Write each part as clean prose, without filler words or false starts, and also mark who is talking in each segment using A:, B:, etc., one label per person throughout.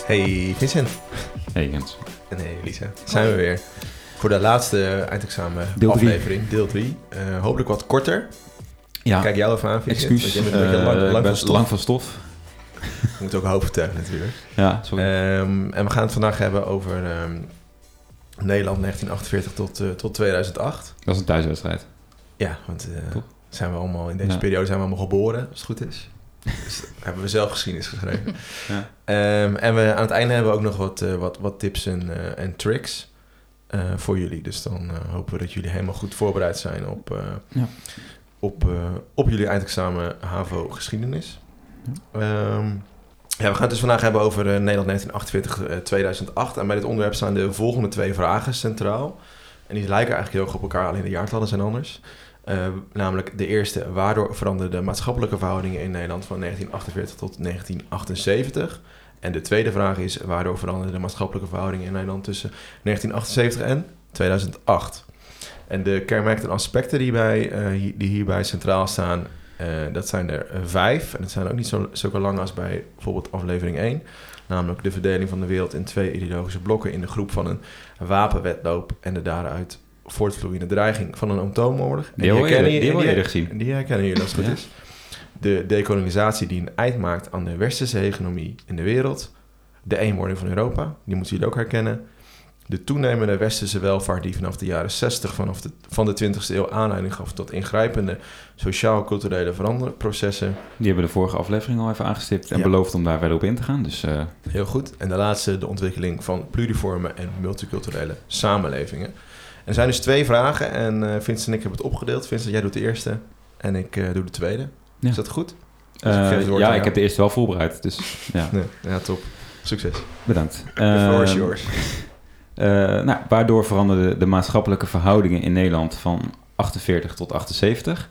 A: Hey Vincent.
B: Hey Jens.
A: En hey Lisa. Zijn we weer. Voor de laatste eindexamen aflevering, deel 3. Hopelijk wat korter.
B: Ja.
A: Kijk jou even aan, Vincent.
B: Excuus.
A: Je bent een beetje lang van stof. Je moet ook hoop vertellen natuurlijk.
B: Ja, sorry.
A: En we gaan het vandaag hebben over Nederland 1948 tot 2008.
B: Dat is een thuiswedstrijd.
A: Ja, want zijn we allemaal in deze periode zijn we allemaal geboren, als het goed is. Dus hebben we zelf geschiedenis geschreven.
B: Ja.
A: En we aan het einde hebben we ook nog wat tips en tricks voor jullie. Dus dan hopen we dat jullie helemaal goed voorbereid zijn op jullie eindexamen HAVO geschiedenis. Ja. We gaan het dus vandaag hebben over Nederland 1948-2008. En bij dit onderwerp staan de volgende 2 vragen centraal. En die lijken eigenlijk heel erg op elkaar, alleen de jaartallen zijn anders. Namelijk de eerste, waardoor veranderden de maatschappelijke verhoudingen in Nederland van 1948 tot 1978? En de tweede vraag is, waardoor veranderden de maatschappelijke verhoudingen in Nederland tussen 1978 en 2008? En de kenmerkende aspecten die hierbij centraal staan, dat zijn er 5. En dat zijn ook niet zulke lang als bij bijvoorbeeld aflevering 1. Namelijk de verdeling van de wereld in 2 ideologische blokken in de groep van een wapenwedloop en de daaruit voortvloeiende dreiging van een atoomoorlog.
B: Die hebben we eerder gezien.
A: Die herkennen jullie als het goed is. De dekolonisatie die een eind maakt aan de westerse hegemonie in de wereld. De eenwording van Europa, die moeten jullie ook herkennen. De toenemende westerse welvaart die vanaf de jaren 60 van de 20e eeuw aanleiding gaf tot ingrijpende sociaal-culturele veranderprocessen.
B: Die hebben we de vorige aflevering al even aangestipt en beloofd om daar verder op in te gaan. Dus,
A: Heel goed. En de laatste, de ontwikkeling van pluriforme en multiculturele samenlevingen. Er zijn dus 2 vragen en Vincent en ik hebben het opgedeeld. Vincent, jij doet de eerste en ik doe de tweede. Ja. Is dat goed? Dus
B: ik heb de eerste wel voorbereid. Dus, ja.
A: Ja, top. Succes.
B: Bedankt.
A: The floor is yours.
B: Waardoor veranderden de maatschappelijke verhoudingen in Nederland van 48 tot 78?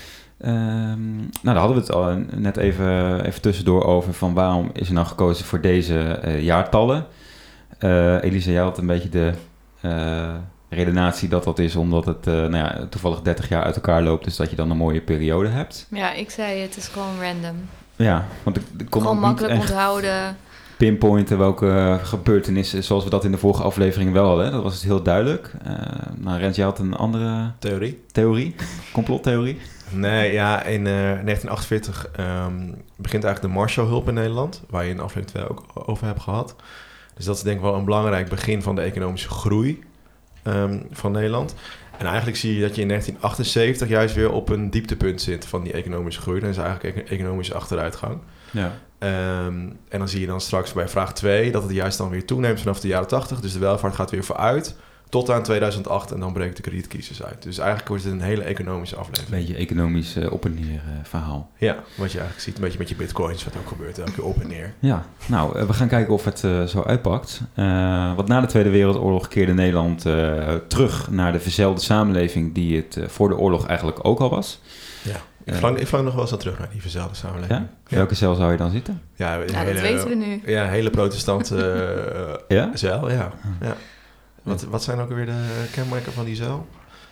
B: Daar hadden we het al net even tussendoor over van waarom is er nou gekozen voor deze jaartallen. Elisa, jij had een beetje de redenatie dat is omdat het toevallig 30 jaar uit elkaar loopt, dus dat je dan een mooie periode hebt.
C: Ja, ik zei het is gewoon random.
B: Ja, want ik kon
C: gewoon
B: ook
C: makkelijk
B: niet echt
C: onthouden.
B: Pinpointen welke gebeurtenissen, zoals we dat in de vorige aflevering wel hadden. Dat was het heel duidelijk. Rens, jij had een andere theorie? Complottheorie?
A: Nee, ja, in 1948 begint eigenlijk de Marshallhulp in Nederland, waar je in aflevering 2 ook over hebt gehad. Dus dat is denk ik wel een belangrijk begin van de economische groei van Nederland. En eigenlijk zie je dat je in 1978 juist weer op een dieptepunt zit van die economische groei. Dan is eigenlijk een economische achteruitgang. Ja. En dan zie je dan straks bij vraag 2 dat het juist dan weer toeneemt vanaf de jaren 80. Dus de welvaart gaat weer vooruit tot aan 2008 en dan breekt de kredietcrisis uit. Dus eigenlijk wordt het een hele economische aflevering.
B: Een beetje economisch op en neer verhaal.
A: Ja, wat je eigenlijk ziet, een beetje met je bitcoins, wat ook gebeurt, elke keer op en neer.
B: Ja, we gaan kijken of het zo uitpakt. Want na de Tweede Wereldoorlog keerde Nederland terug naar de verzelde samenleving die het voor de oorlog eigenlijk ook al was.
A: Ja. Ik vlang nog wel eens terug naar die verzelde samenleving.
B: Ja? Welke cel zou je dan zitten?
C: Ja, dat weten we nu.
A: Ja, hele protestante zeil, ja. Wat zijn ook weer de kenmerken van die zeil?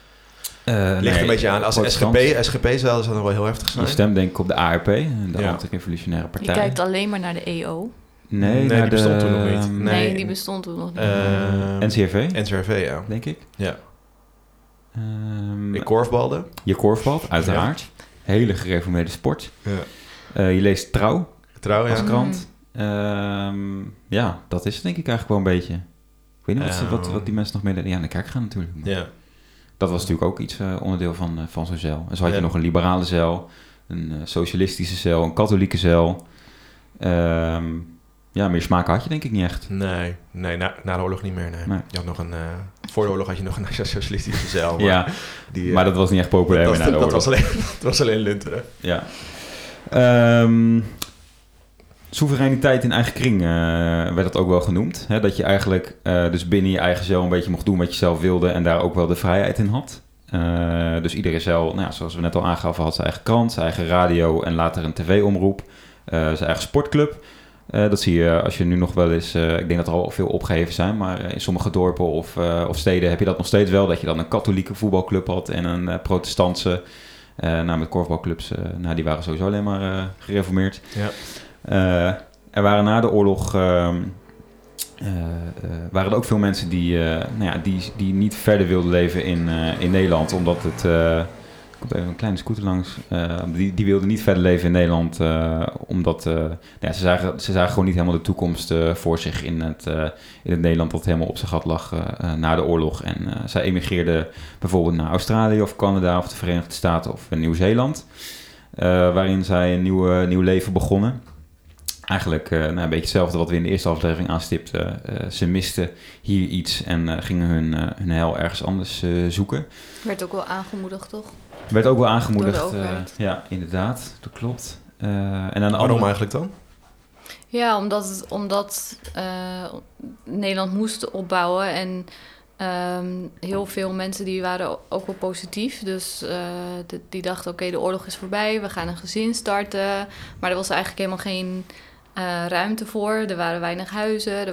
A: Ligt een beetje aan. Als SGP-zeil zou nog wel heel heftig zijn.
B: Je stemt denk ik op de ARP, de Anti-Revolutionaire Partij.
C: Je kijkt alleen maar naar de EO.
B: Nee,
A: die bestond toen nog niet.
C: Nee, die bestond toen nog niet.
B: NCRV?
A: NCRV, ja.
B: Denk ik.
A: Ja. Ik korfbalde.
B: Je korfbalt, uiteraard. Ja. Hele gereformeerde sport. Ja. Je leest Trouw als krant. Dat is het denk ik eigenlijk wel een beetje. Ik weet niet wat die mensen nog mee aan de kerk gaan natuurlijk. Ja. Dat was natuurlijk ook iets onderdeel van zo'n zeil. En zo had je nog een liberale zeil, een socialistische zeil, een katholieke zeil. Meer smaak had je denk ik niet echt.
A: Nee, na de oorlog niet meer. Nee. Je had nog voor de oorlog had je nog een socialistische zeil.
B: Maar, maar dat was niet echt populair meer na de oorlog.
A: Dat was alleen Lunteren.
B: Ja. Soevereiniteit in eigen kring werd dat ook wel genoemd. Hè? Dat je eigenlijk dus binnen je eigen cel een beetje mocht doen wat je zelf wilde en daar ook wel de vrijheid in had. Dus iedere cel, zoals we net al aangaven, had zijn eigen krant, zijn eigen radio en later een tv-omroep, zijn eigen sportclub. Dat zie je als je nu nog wel eens, ik denk dat er al veel opgeheven zijn, maar in sommige dorpen of steden heb je dat nog steeds wel, dat je dan een katholieke voetbalclub had en een protestantse, met korfbalclubs, die waren sowieso alleen maar gereformeerd. Ja. Er waren na de oorlog waren er ook veel mensen die niet verder wilden leven in Nederland, omdat het... er komt even een kleine scooter langs. Die wilden niet verder leven in Nederland, omdat ze zagen gewoon niet helemaal de toekomst voor zich in het Nederland dat helemaal op zijn gat lag na de oorlog. En zij emigreerden bijvoorbeeld naar Australië of Canada of de Verenigde Staten of Nieuw-Zeeland, waarin zij een nieuw leven begonnen. Eigenlijk een beetje hetzelfde wat we in de eerste aflevering aanstipten. Ze misten hier iets en gingen hun heil ergens anders zoeken.
C: Werd ook wel aangemoedigd, toch?
B: Werd ook wel aangemoedigd.
C: Door de overheid.
B: Ja, inderdaad. Dat klopt.
A: Waarom eigenlijk dan?
C: Ja, omdat Nederland moest opbouwen en heel veel mensen die waren ook wel positief. Dus die dachten, oké, de oorlog is voorbij, we gaan een gezin starten. Maar er was eigenlijk helemaal geen ruimte voor. Er waren weinig huizen.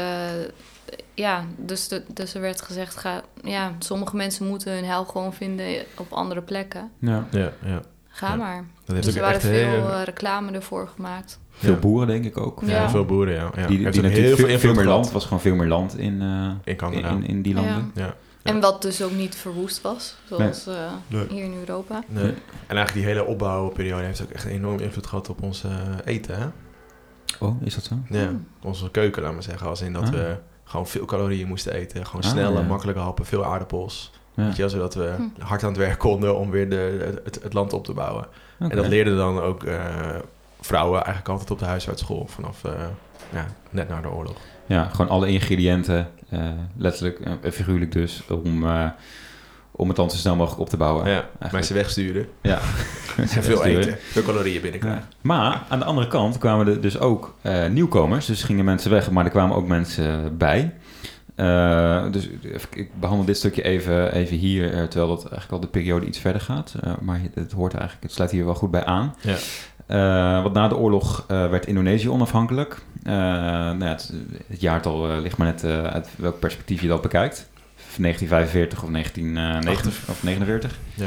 C: Dus er werd gezegd, sommige mensen moeten hun heil gewoon vinden op andere plekken.
B: Ja.
C: Ga maar.
A: Dus
C: er waren veel reclame ervoor gemaakt.
B: Veel boeren, denk ik ook.
C: Ja.
A: Veel boeren, ja.
B: Die natuurlijk veel meer land. Was gewoon veel meer land in die landen.
C: Ja. En wat dus ook niet verwoest was, zoals hier in Europa.
A: Nee. En eigenlijk die hele opbouwperiode heeft ook echt een enorm invloed gehad op ons eten, hè?
B: Oh, is dat zo?
A: Ja, onze keuken, laat maar zeggen. Als in dat we gewoon veel calorieën moesten eten. Gewoon snelle, makkelijke happen, veel aardappels. Ja. Weet je, zodat we hard aan het werk konden om weer het land op te bouwen. Okay. En dat leerden dan ook vrouwen eigenlijk altijd op de huisartsschool vanaf net na de oorlog.
B: Ja, gewoon alle ingrediënten, letterlijk en figuurlijk dus, om het dan zo snel mogelijk op te bouwen.
A: Ja, maar ze wegsturen.
B: Ja.
A: En veel eten, veel calorieën binnenkrijgen. Ja.
B: Maar aan de andere kant kwamen er dus ook nieuwkomers. Dus gingen mensen weg, maar er kwamen ook mensen bij. Dus ik behandel dit stukje even hier, terwijl dat eigenlijk al de periode iets verder gaat. Maar het sluit hier wel goed bij aan. Ja. Want na de oorlog werd Indonesië onafhankelijk. Het jaartal ligt maar net uit welk perspectief je dat bekijkt. 1945 of 1990 of 49. Ja.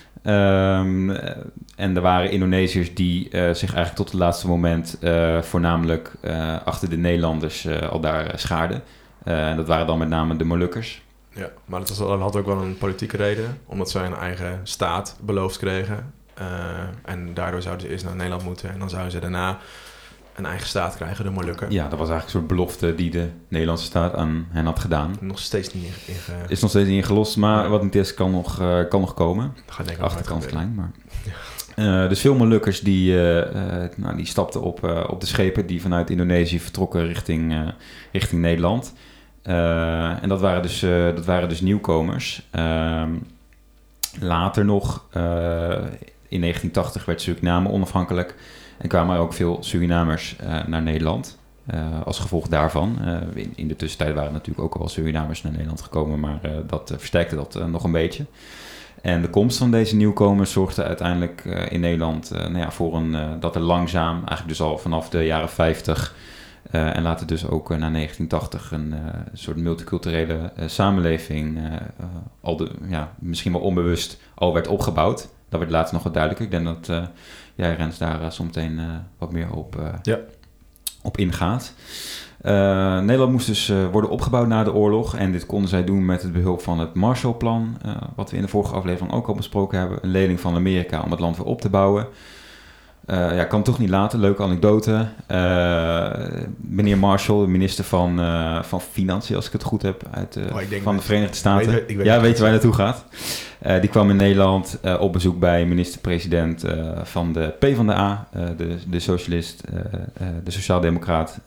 B: En er waren Indonesiërs die zich eigenlijk tot het laatste moment voornamelijk achter de Nederlanders al daar schaarden. Dat waren dan met name de Molukkers.
A: Ja, maar dat had ook wel een politieke reden. Omdat zij een eigen staat beloofd kregen. En daardoor zouden ze eerst naar Nederland moeten. En dan zouden ze daarna een eigen staat krijgen, de Molukken.
B: Ja, dat was eigenlijk een soort belofte die de Nederlandse staat aan hen had gedaan.
A: Nog steeds niet
B: is nog steeds niet ingelost, maar wat niet is, kan nog komen.
A: Ga denk ik
B: achterkant klein, maar... Ja. Dus veel Molukkers die stapten op de schepen die vanuit Indonesië vertrokken richting Nederland. En dat waren dus nieuwkomers. Later nog, in 1980 werd Suriname onafhankelijk en kwamen er ook veel Surinamers naar Nederland. Als gevolg daarvan. In de tussentijd waren natuurlijk ook al wel Surinamers naar Nederland gekomen, maar dat versterkte dat nog een beetje. En de komst van deze nieuwkomers zorgde uiteindelijk in Nederland voor dat er langzaam, eigenlijk dus al vanaf de jaren 50 en later dus ook na 1980 een soort multiculturele samenleving misschien wel onbewust al werd opgebouwd. Dat werd later nog wat duidelijker. Ik denk dat jij, Rens, daar zometeen wat meer op ingaat. Nederland moest dus worden opgebouwd na de oorlog. En dit konden zij doen met het behulp van het Marshallplan. Wat we in de vorige aflevering ook al besproken hebben. Een lening van Amerika om het land weer op te bouwen. Ik kan het toch niet laten. Leuke anekdote. Meneer Marshall, de minister van Financiën, als ik het goed heb, van de Verenigde Staten. Weet je waar je naartoe gaat. Die kwam in Nederland op bezoek bij minister-president van de PvdA, de socialist, de sociaaldemocraat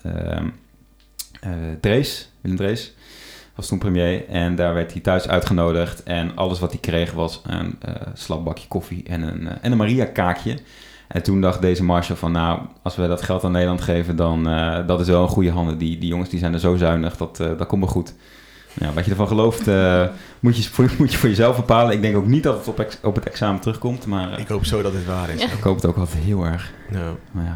B: Willem Drees. Was toen premier. En daar werd hij thuis uitgenodigd. En alles wat hij kreeg was een slap bakje koffie en een Maria-kaakje. En toen dacht deze Marshall van, als we dat geld aan Nederland geven, dan dat is wel een goede handen. Die jongens die zijn er zo zuinig, dat komt wel goed. Ja, wat je ervan gelooft, moet je voor jezelf bepalen. Ik denk ook niet dat het op het examen terugkomt. Maar,
A: ik hoop zo dat het waar is.
B: Ja. Ik hoop het ook altijd heel erg.
A: No.
B: Maar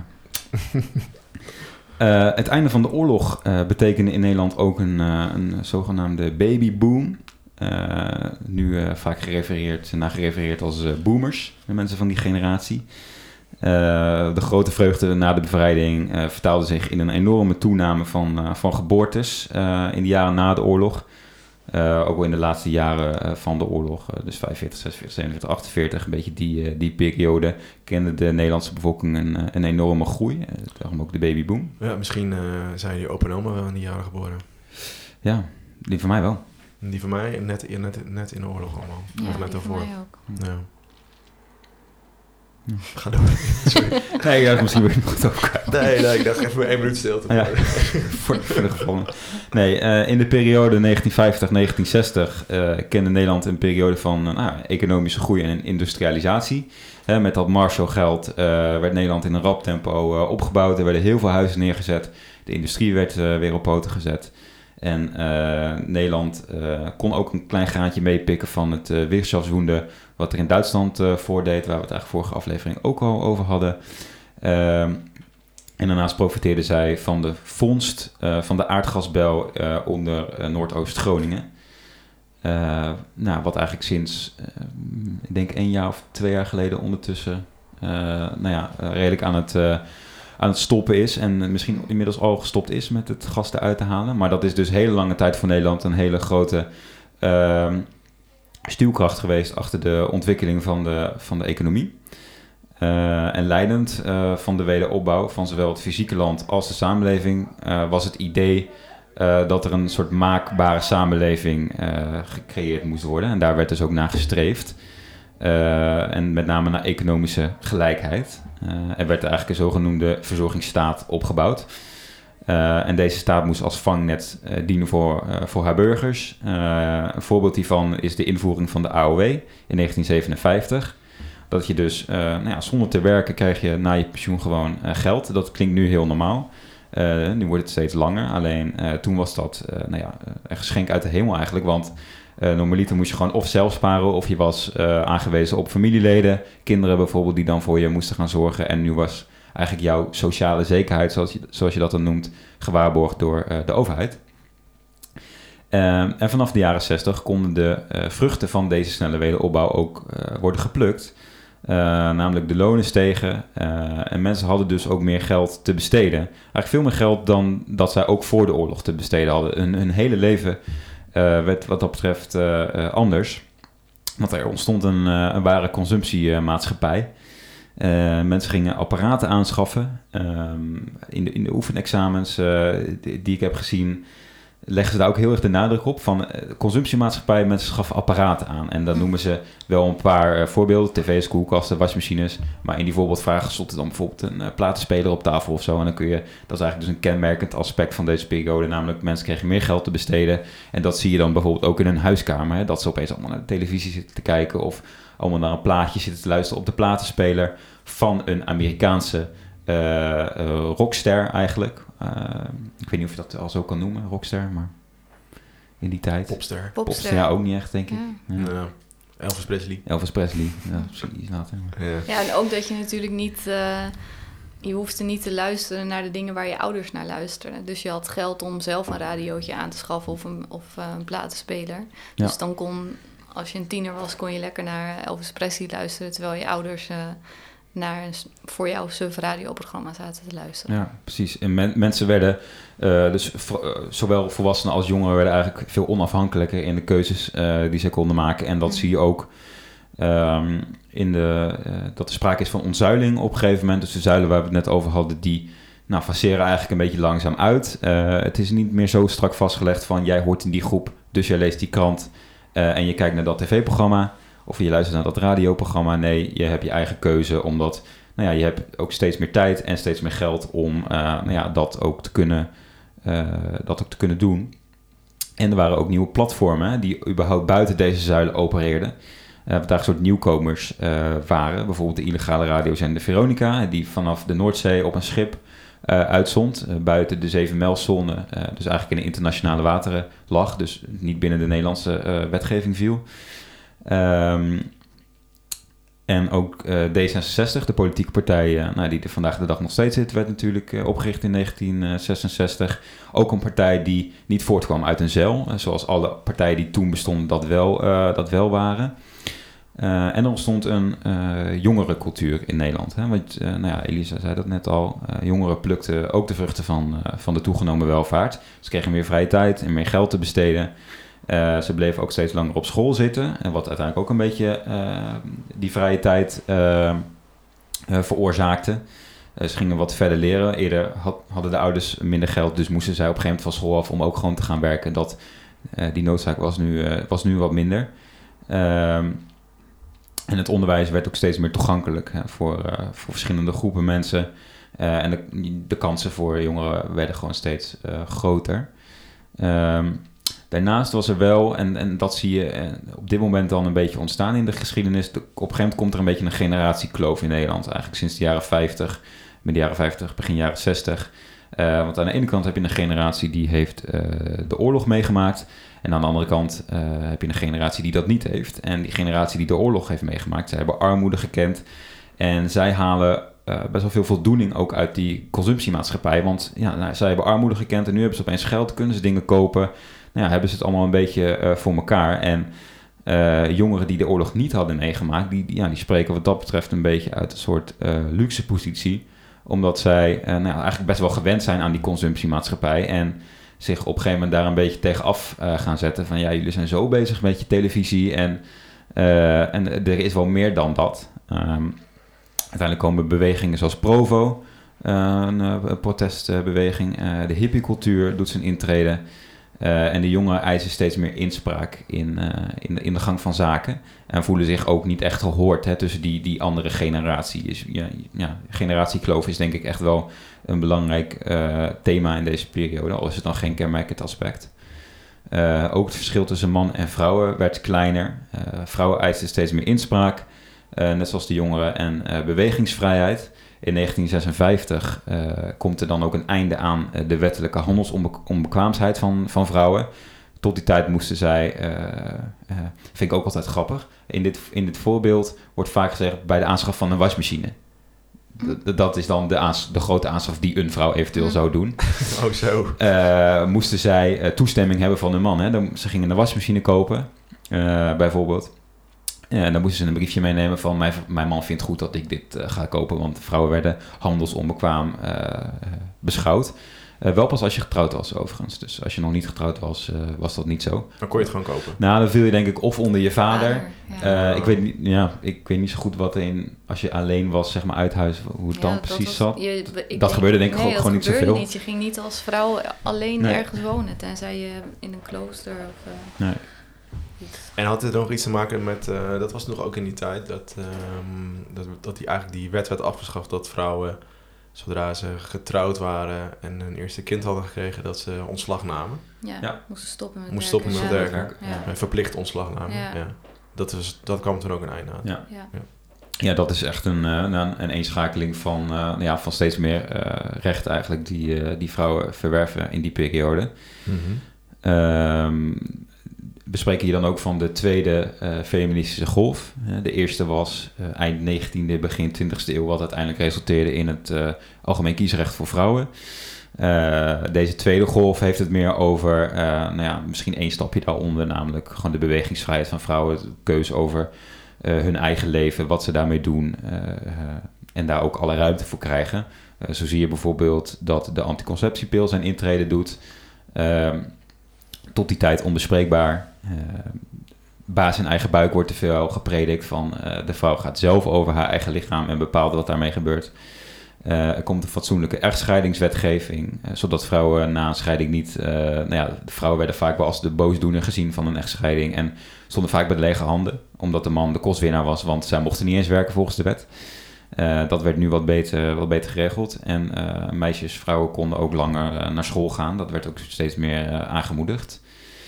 B: het einde van de oorlog betekende in Nederland ook een zogenaamde babyboom. Nu vaak gerefereerd als boomers, de mensen van die generatie. De grote vreugde na de bevrijding vertaalde zich in een enorme toename van geboortes in de jaren na de oorlog. Ook wel in de laatste jaren van de oorlog, dus 45, 46, 47, 48, een beetje die periode, kende de Nederlandse bevolking een enorme groei. Daarom ook de babyboom.
A: Ja, misschien zijn die opa en oma wel in die jaren geboren.
B: Ja, die van mij wel.
A: Die van mij net in de oorlog allemaal.
C: Ja,
A: Of net
C: die
A: daarvoor.
C: van mij ook.
A: Ja. Ga door. Sorry.
B: Nee, ja, misschien wil je nog het ook.
A: Nee, ik dacht even 1 minuut stilte.
B: Ja, voor de gevallen. Nee, in de periode 1950-1960 kende Nederland een periode van economische groei en industrialisatie. Met dat Marshallgeld werd Nederland in een rap tempo opgebouwd. Er werden heel veel huizen neergezet. De industrie werd weer op poten gezet. En Nederland kon ook een klein graantje meepikken van het wirtschaftswunder wat er in Duitsland voordeed, waar we het eigenlijk vorige aflevering ook al over hadden. En daarnaast profiteerden zij van de vondst van de aardgasbel onder Noordoost-Groningen. Wat eigenlijk sinds, ik denk 1 jaar of 2 jaar geleden ondertussen redelijk aan het stoppen is. En misschien inmiddels al gestopt is met het gas eruit te halen. Maar dat is dus hele lange tijd voor Nederland een hele grote stuwkracht geweest achter de ontwikkeling van de economie. En leidend van de wederopbouw van zowel het fysieke land als de samenleving was het idee dat er een soort maakbare samenleving gecreëerd moest worden. En daar werd dus ook naar gestreefd. En met name naar economische gelijkheid. Er werd eigenlijk een zogenoemde verzorgingsstaat opgebouwd. En deze staat moest als vangnet dienen voor haar burgers. Een voorbeeld hiervan is de invoering van de AOW in 1957. Dat je dus zonder te werken krijg je na je pensioen gewoon geld. Dat klinkt nu heel normaal. Nu wordt het steeds langer. Alleen toen was dat een geschenk uit de hemel eigenlijk. Want normaliter moest je gewoon of zelf sparen of je was aangewezen op familieleden. Kinderen bijvoorbeeld die dan voor je moesten gaan zorgen. En nu was eigenlijk jouw sociale zekerheid, zoals je dat dan noemt, gewaarborgd door de overheid. En vanaf de jaren 60 konden de vruchten van deze snelle wederopbouw ook worden geplukt. Namelijk de lonen stegen en mensen hadden dus ook meer geld te besteden. Eigenlijk veel meer geld dan dat zij ook voor de oorlog te besteden hadden. Hun hele leven werd wat dat betreft anders. Want er ontstond een ware consumptiemaatschappij. Mensen gingen apparaten aanschaffen. In de oefenexamens die ik heb gezien, leggen ze daar ook heel erg de nadruk op van consumptiemaatschappij, mensen schaffen apparaten aan. En dan noemen ze wel een paar voorbeelden, tv's, koelkasten, wasmachines. Maar in die voorbeeldvragen stond er dan bijvoorbeeld een platenspeler op tafel of zo. En dan kun je, dat is eigenlijk dus een kenmerkend aspect van deze periode, namelijk mensen kregen meer geld te besteden. En dat zie je dan bijvoorbeeld ook in een huiskamer, hè, dat ze opeens allemaal naar de televisie zitten te kijken of allemaal naar een plaatje zitten te luisteren op de platenspeler van een Amerikaanse rockster eigenlijk. Ik weet niet of je dat al zo kan noemen, rockster, maar in die tijd.
A: Popster.
B: Ja, ook niet echt, denk ik.
A: Ja. Elvis Presley.
B: Ja, misschien iets later. Maar.
C: Ja, en ook dat je natuurlijk niet... je hoefde niet te luisteren naar de dingen waar je ouders naar luisteren. Dus je had geld om zelf een radiootje aan te schaffen of een platenspeler.
B: Ja.
C: Dus dan als je een tiener was, kon je lekker naar Elvis Presley luisteren, terwijl je ouders naar voor jou suf radioprogramma zaten te luisteren.
B: Ja, precies. En mensen werden, zowel volwassenen als jongeren, werden eigenlijk veel onafhankelijker in de keuzes die ze konden maken. En dat zie je ook dat er sprake is van ontzuiling op een gegeven moment. Dus de zuilen waar we het net over hadden, die faceren eigenlijk een beetje langzaam uit. Het is niet meer zo strak vastgelegd van jij hoort in die groep, dus jij leest die krant en je kijkt naar dat tv-programma. Of je luistert naar dat radioprogramma. Nee, je hebt je eigen keuze, omdat je hebt ook steeds meer tijd en steeds meer geld om dat ook te kunnen doen. En er waren ook nieuwe platformen die überhaupt buiten deze zuilen opereerden. Wat daar een soort nieuwkomers waren. Bijvoorbeeld de illegale radiozender Veronica, die vanaf de Noordzee op een schip uitzond. Buiten de 7-mijlszone, dus eigenlijk in de internationale wateren lag. Dus niet binnen de Nederlandse wetgeving viel. En ook D66, de politieke partij die er vandaag de dag nog steeds zit, werd natuurlijk opgericht in 1966. Ook een partij die niet voortkwam uit een zeil, zoals alle partijen die toen bestonden dat wel waren. En er ontstond een jongerencultuur in Nederland. Hè? Want Elisa zei dat net al. Jongeren plukten ook de vruchten van de toegenomen welvaart. Ze kregen meer vrije tijd en meer geld te besteden. Ze bleven ook steeds langer op school zitten. En wat uiteindelijk ook een beetje die vrije tijd veroorzaakte. Ze gingen wat verder leren. Eerder hadden de ouders minder geld, dus moesten zij op een gegeven moment van school af om ook gewoon te gaan werken. Die noodzaak was nu wat minder. En het onderwijs werd ook steeds meer toegankelijk voor verschillende groepen mensen. En de kansen voor jongeren werden gewoon steeds groter. Daarnaast was er wel, en dat zie je op dit moment dan een beetje ontstaan in de geschiedenis. Op een gegeven moment komt er een beetje een generatiekloof in Nederland. Eigenlijk sinds de jaren 50, midden jaren 50, begin jaren 60. Want aan de ene kant heb je een generatie die heeft de oorlog meegemaakt. En aan de andere kant heb je een generatie die dat niet heeft. En die generatie die de oorlog heeft meegemaakt, zij hebben armoede gekend. En zij halen best wel veel voldoening ook uit die consumptiemaatschappij. Want zij hebben armoede gekend en nu hebben ze opeens geld, kunnen ze dingen kopen. Hebben ze het allemaal een beetje voor elkaar. En jongeren die de oorlog niet hadden meegemaakt, die spreken wat dat betreft een beetje uit een soort luxe positie. Omdat zij eigenlijk best wel gewend zijn aan die consumptiemaatschappij. En zich op een gegeven moment daar een beetje tegenaf gaan zetten. Van jullie zijn zo bezig met je televisie en er is wel meer dan dat. Uiteindelijk komen bewegingen zoals Provo, een protestbeweging. De hippiecultuur doet zijn intrede. En de jongeren eisen steeds meer inspraak in de gang van zaken. En voelen zich ook niet echt gehoord tussen die andere generatie. Dus generatiekloof is denk ik echt wel een belangrijk thema in deze periode. Al is het dan geen kenmerkend aspect. Ook het verschil tussen man en vrouwen werd kleiner. Vrouwen eisten steeds meer inspraak. Net zoals de jongeren en bewegingsvrijheid. In 1956 komt er dan ook een einde aan de wettelijke handelsonbekwaamheid van vrouwen. Tot die tijd moesten zij, vind ik ook altijd grappig, in dit voorbeeld wordt vaak gezegd bij de aanschaf van een wasmachine. Dat is dan de grote aanschaf die een vrouw eventueel zou doen.
A: Oh zo.
B: Moesten zij toestemming hebben van hun man. Hè? Ze gingen een wasmachine kopen, bijvoorbeeld. En dan moesten ze een briefje meenemen van mijn man vindt goed dat ik dit ga kopen, want vrouwen werden handelsonbekwaam beschouwd. Wel pas als je getrouwd was overigens. Dus als je nog niet getrouwd was, was dat niet zo.
A: Dan kon je het gewoon kopen?
B: Nou, dan viel je denk ik of onder je vader.
C: Ja.
B: Ik weet niet zo goed wat als je alleen was, zeg maar uit huis, hoe het dan precies zat. Dat gebeurde denk ik ook gewoon niet zoveel.
C: Niet. Je ging niet als vrouw alleen ergens wonen, tenzij je in een klooster of...
B: Nee.
A: En had het nog iets te maken met, dat was nog ook in die tijd, dat die wet werd afgeschaft dat vrouwen, zodra ze getrouwd waren en een eerste kind hadden gekregen, dat ze ontslag namen.
C: Ja. Moesten stoppen met
A: werken. Verplicht ontslag namen. Ja. Dat kwam toen ook een einde aan.
B: Ja, dat is echt een eenschakeling van steeds meer recht eigenlijk die vrouwen verwerven in die periode. Mm-hmm. Bespreken hier dan ook van de tweede feministische golf. De eerste was eind 19e, begin 20e eeuw, wat uiteindelijk resulteerde in het algemeen kiesrecht voor vrouwen. Deze tweede golf heeft het meer over, misschien één stapje daaronder, namelijk gewoon de bewegingsvrijheid van vrouwen, de keuze over hun eigen leven, wat ze daarmee doen en daar ook alle ruimte voor krijgen. Zo zie je bijvoorbeeld dat de anticonceptiepil zijn intrede doet. Tot die tijd onbespreekbaar. Baas in eigen buik wordt te veel gepredikt van de vrouw gaat zelf over haar eigen lichaam en bepaalt wat daarmee gebeurt. Er komt een fatsoenlijke echtscheidingswetgeving, zodat vrouwen na een scheiding niet... de vrouwen werden vaak wel als de boosdoener gezien van een echtscheiding en stonden vaak bij de lege handen, omdat de man de kostwinnaar was, want zij mochten niet eens werken volgens de wet. Dat werd nu wat beter geregeld. En vrouwen konden ook langer naar school gaan. Dat werd ook steeds meer aangemoedigd.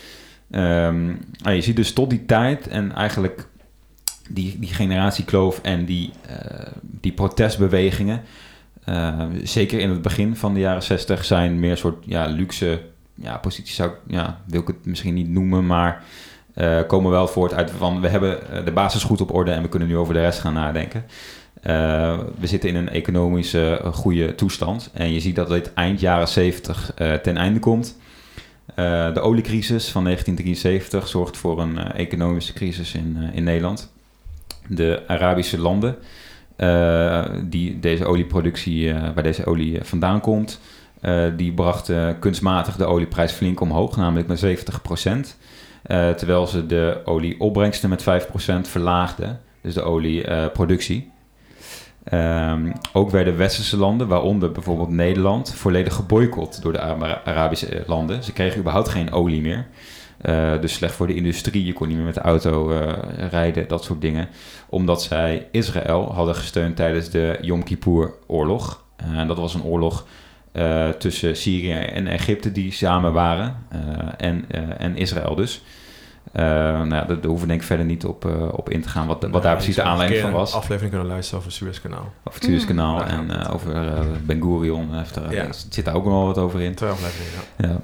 B: Je ziet dus tot die tijd en eigenlijk die generatiekloof en die protestbewegingen, zeker in het begin van de jaren 60, zijn meer een soort luxe posities, wil ik het misschien niet noemen, maar komen wel voort uit van we hebben de basis goed op orde en we kunnen nu over de rest gaan nadenken. We zitten in een economische goede toestand. En je ziet dat dit eind jaren 70 ten einde komt. De oliecrisis van 1973 zorgt voor een economische crisis in Nederland. de Arabische landen, die deze olieproductie, waar deze olie vandaan komt, die brachten kunstmatig de olieprijs flink omhoog, namelijk met 70%. Terwijl ze de olieopbrengsten met 5% verlaagden, dus de olieproductie. Ook werden westerse landen, waaronder bijvoorbeeld Nederland, volledig geboycott door de Arabische landen. Ze kregen überhaupt geen olie meer. Dus slecht voor de industrie, je kon niet meer met de auto rijden, dat soort dingen. Omdat zij Israël hadden gesteund tijdens de Yom Kippur-oorlog. Dat was een oorlog tussen Syrië en Egypte die samen waren. En Israël dus. Daar hoeven we denk ik verder niet op in te gaan wat daar precies de aanleiding van was.
A: Een aflevering kunnen luisteren over het Suezkanaal.
B: Over het Suezkanaal en over Ben Gurion. Zit daar ook nog wel wat over in.
A: 2 afleveringen,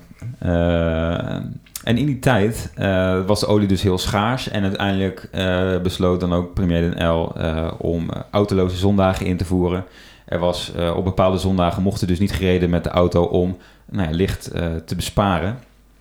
B: En in die tijd was de olie dus heel schaars. En uiteindelijk besloot dan ook premier Den Uyl om autoloze zondagen in te voeren. Er was op bepaalde zondagen mocht er dus niet gereden met de auto om licht te besparen.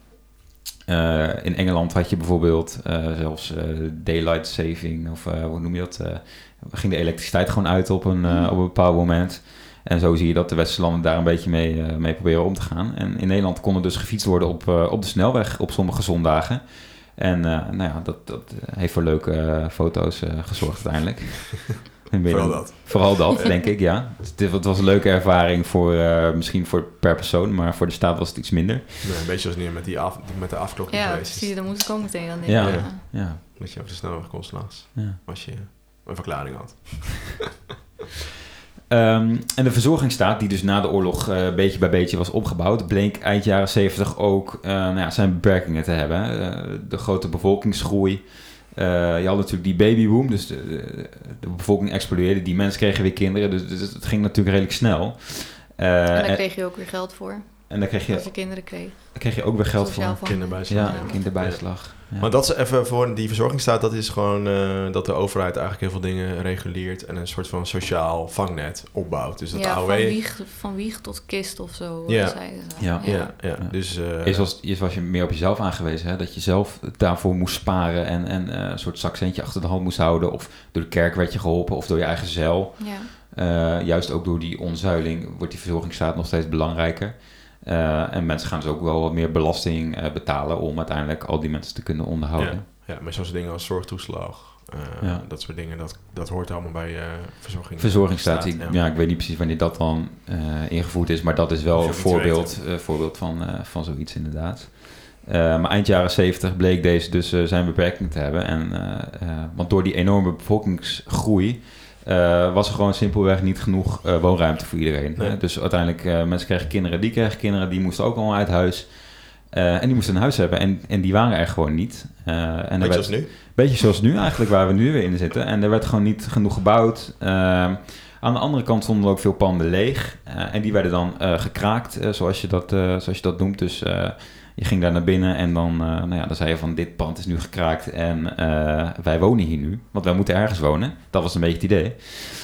B: In Engeland had je bijvoorbeeld zelfs daylight saving, of hoe noem je dat? Ging de elektriciteit gewoon uit op een bepaald moment. En zo zie je dat de westerse landen daar een beetje mee proberen om te gaan. En in Nederland kon er dus gefietst worden op de snelweg op sommige zondagen. En dat heeft voor leuke foto's gezorgd uiteindelijk. Vooral dat, denk ik, ja. Het was een leuke ervaring misschien voor per persoon, maar voor de staat was het iets minder.
A: Nee, een beetje als nu met de afklokking geweest.
C: Ja, precies, daar moest ik ook meteen aan denken.
B: Ja.
A: Dat je op de snelweg kon s'nachts, als je een verklaring had.
B: En de verzorgingsstaat, die dus na de oorlog beetje bij beetje was opgebouwd, bleek eind jaren 70 ook zijn beperkingen te hebben. De grote bevolkingsgroei. Je had natuurlijk die babyboom, dus de bevolking explodeerde, die mensen kregen weer kinderen, dus het ging natuurlijk redelijk snel.
C: En daar kreeg je ook weer geld voor.
B: En dan kreeg je,
C: als je kinderen kreeg.
B: Dan kreeg je ook weer geld voor.
A: Kinderbijslag.
B: Ja, kinderbijslag. Ja.
A: Maar dat is even voor die verzorgingsstaat, dat is gewoon dat de overheid eigenlijk heel veel dingen reguleert en een soort van sociaal vangnet opbouwt. Dus dat AOW...
C: van wieg tot kist of zo.
A: Ja.
C: Ja.
A: Dus,
B: Eerst was je meer op jezelf aangewezen, hè? Dat je zelf daarvoor moest sparen en een soort zakcentje achter de hand moest houden. Of door de kerk werd je geholpen of door je eigen zeil. Ja. Juist ook door die omzuiling wordt die verzorgingsstaat nog steeds belangrijker. En mensen gaan dus ook wel wat meer belasting betalen om uiteindelijk al die mensen te kunnen onderhouden.
A: Ja, maar zoals dingen als zorgtoeslag, dat soort dingen, dat hoort allemaal bij
B: verzorgingsstaat. Ik weet niet precies wanneer dat dan ingevoerd is, maar dat is wel een voorbeeld van zoiets inderdaad. Maar eind jaren 70 bleek deze dus zijn beperking te hebben. Want door die enorme bevolkingsgroei was er gewoon simpelweg niet genoeg woonruimte voor iedereen. Nee. Dus uiteindelijk, mensen kregen kinderen, die moesten ook allemaal uit huis. En die moesten een huis hebben en die waren er gewoon niet.
A: Beetje zoals nu?
B: Beetje zoals nu eigenlijk, waar we nu weer in zitten. En er werd gewoon niet genoeg gebouwd. Aan de andere kant stonden er ook veel panden leeg. En die werden dan gekraakt, zoals je dat noemt. Dus je ging daar naar binnen en dan zei je van dit pand is nu gekraakt en wij wonen hier nu. Want wij moeten ergens wonen. Dat was een beetje het idee.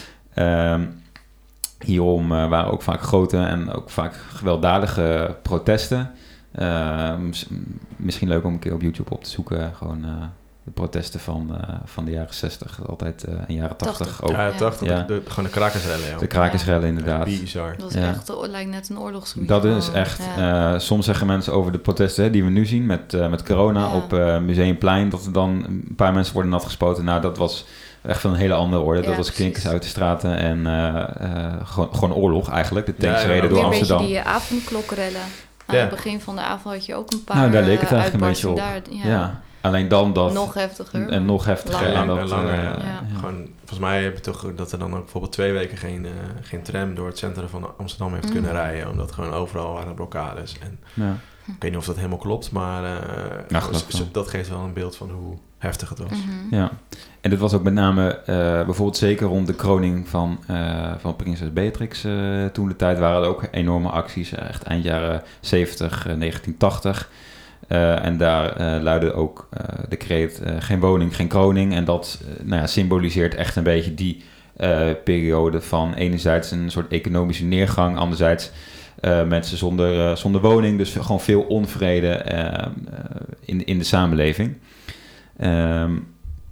B: Hierom waren ook vaak grote en ook vaak gewelddadige protesten. Misschien leuk om een keer op YouTube op te zoeken. Gewoon de protesten van de jaren 60. Altijd in jaren 80 ook.
A: Ja, 80. Ja. Gewoon de krakersrellen.
B: De krakersrellen inderdaad.
A: Bizar.
C: Dat is echt, lijkt net een oorlogsgebied.
B: Dat is echt. Soms zeggen mensen over de protesten die we nu zien met corona op Museumplein, dat er dan een paar mensen worden nat gespoten. Nou, dat was echt van een hele andere orde. Dat was klinkers uit de straten en gewoon oorlog eigenlijk. De tanks reden door Amsterdam.
C: Een beetje die avondklokrellen. Aan het begin van de avond had je ook een paar.
B: Nou, daar leek het eigenlijk een beetje op. Ja. Alleen dan dat...
C: Nog heftiger.
B: En nog heftiger.
A: Langer. Gewoon, volgens mij heb je toch dat er dan ook bijvoorbeeld 2 weken geen tram door het centrum van Amsterdam heeft kunnen rijden. Omdat gewoon overal waren blokkades. En ik weet niet of dat helemaal klopt, maar dat geeft wel een beeld van hoe heftig het was.
B: Ja. En dit was ook met name bijvoorbeeld zeker rond de kroning van prinses Beatrix. Toen de tijd waren er ook enorme acties. Echt eind jaren 70, 1980. En daar luidde ook de kreet geen woning, geen kroning. En dat symboliseert echt een beetje die periode van enerzijds een soort economische neergang. Anderzijds mensen zonder woning. Dus gewoon veel onvrede in de samenleving.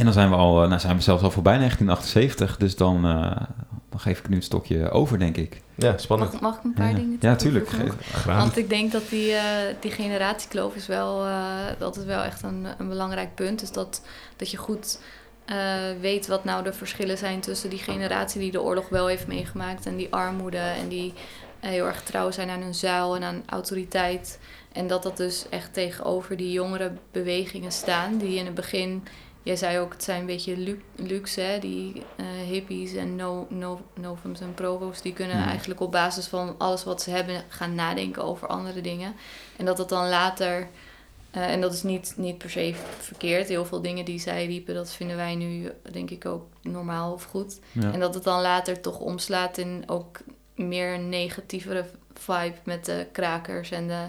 B: En dan zijn we zelfs al voorbij 1978. Dus dan geef ik nu het stokje over, denk ik.
A: Ja, spannend.
C: Mag ik een paar dingen
B: Ja, tuurlijk.
A: Graag.
C: Want ik denk dat die generatiekloof is wel, dat is wel echt een belangrijk punt. Dus dat je goed weet wat nou de verschillen zijn tussen die generatie die de oorlog wel heeft meegemaakt en die armoede en die heel erg trouw zijn aan hun zuil en aan autoriteit. En dat dus echt tegenover die jongere bewegingen staan die in het begin... Jij zei ook, het zijn een beetje luxe, hè? Die hippies en novums en provo's... die kunnen eigenlijk op basis van alles wat ze hebben... gaan nadenken over andere dingen. En dat dan later... en dat is niet per se verkeerd. Heel veel dingen die zij riepen, dat vinden wij nu denk ik ook normaal of goed. Ja. En dat het dan later toch omslaat in ook meer een negatievere vibe... met de krakers en de...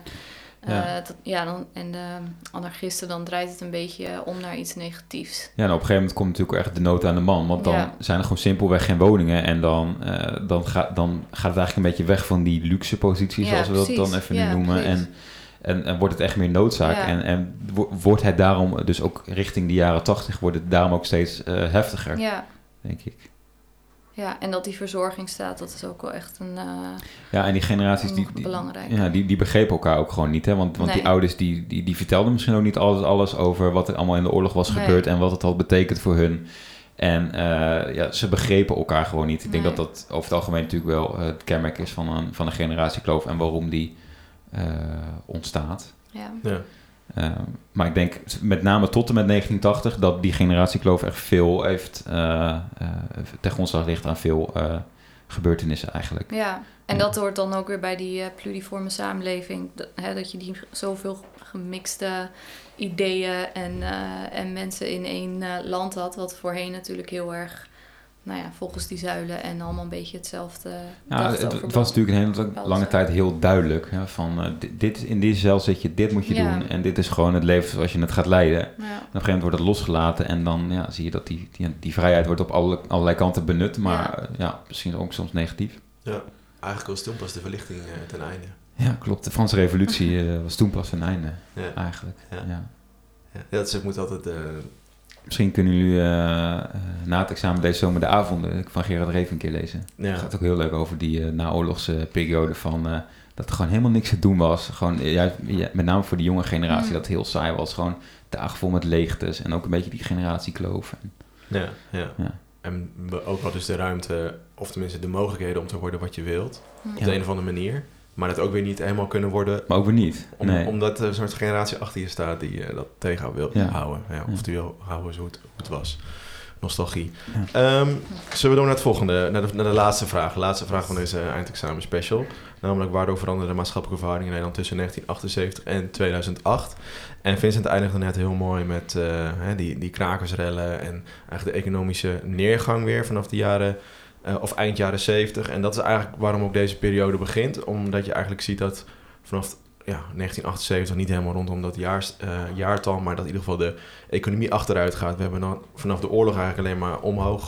C: en de anarchisten, dan draait het een beetje om naar iets negatiefs.
B: Ja, en op een gegeven moment komt natuurlijk echt de nood aan de man. Want dan zijn er gewoon simpelweg geen woningen. En dan gaat het eigenlijk een beetje weg van die luxe positie, zoals we dat dan even nu noemen. En wordt het echt meer noodzaak. Ja. En wordt het daarom, dus ook richting de jaren 80, wordt het daarom ook steeds heftiger, denk ik.
C: Ja, en dat die verzorging staat, dat is ook wel echt een
B: ja, en die generaties
C: belangrijk.
B: Die begrepen elkaar ook gewoon niet. Hè? Want die ouders die vertelden misschien ook niet alles over wat er allemaal in de oorlog was gebeurd en wat het had betekend voor hun. En ze begrepen elkaar gewoon niet. Ik denk dat over het algemeen natuurlijk wel het kenmerk is van een generatiekloof en waarom die ontstaat.
C: Ja.
B: Maar ik denk met name tot en met 1980 dat die generatiekloof echt veel heeft ten grondslag ligt aan veel gebeurtenissen eigenlijk.
C: Ja, en dat hoort dan ook weer bij die pluriforme samenleving. Dat je die zoveel gemixte ideeën en mensen in één land had. Wat voorheen natuurlijk heel erg... volgens die zuilen en allemaal een beetje hetzelfde.
B: Ja, het was natuurlijk een hele lange tijd heel duidelijk. Hè, van in deze cel zit je, dit moet je doen. En dit is gewoon het leven zoals je het gaat leiden. Ja. En op een gegeven moment wordt het losgelaten. En dan zie je dat die vrijheid wordt op allerlei kanten benut. Maar misschien ook soms negatief.
A: Ja, eigenlijk was toen pas de verlichting ten einde.
B: Ja, klopt. De Franse revolutie was toen pas ten einde. Eigenlijk.
A: Ja, dus ik moet altijd...
B: Misschien kunnen jullie na het examen deze zomer de avonden van Gerard Reven een keer lezen. Ja. Het gaat ook heel leuk over die naoorlogse periode van dat er gewoon helemaal niks te doen was. Gewoon, met name voor de jonge generatie dat het heel saai was. Gewoon dagen vol met leegtes en ook een beetje die generatiekloof.
A: Ja. En ook wel dus de ruimte, of tenminste de mogelijkheden om te worden wat je wilt. Op de een of andere manier. Maar dat ook weer niet helemaal kunnen worden.
B: Maar ook weer niet.
A: Omdat er een soort generatie achter je staat die dat tegen wil houden. Ja, of die wil houden hoe het was. Nostalgie. Ja. Zullen we door naar het volgende, naar de laatste vraag. De laatste vraag van deze eindexamen special. Namelijk, waardoor veranderde de maatschappelijke verhoudingen in Nederland tussen 1978 en 2008? En Vincent eindigde net heel mooi met die krakersrellen en eigenlijk de economische neergang weer vanaf de jaren... of eind jaren 70. En dat is eigenlijk waarom ook deze periode begint. Omdat je eigenlijk ziet dat vanaf 1978 niet helemaal rondom dat jaartal... maar dat in ieder geval de economie achteruit gaat. We hebben dan vanaf de oorlog eigenlijk alleen maar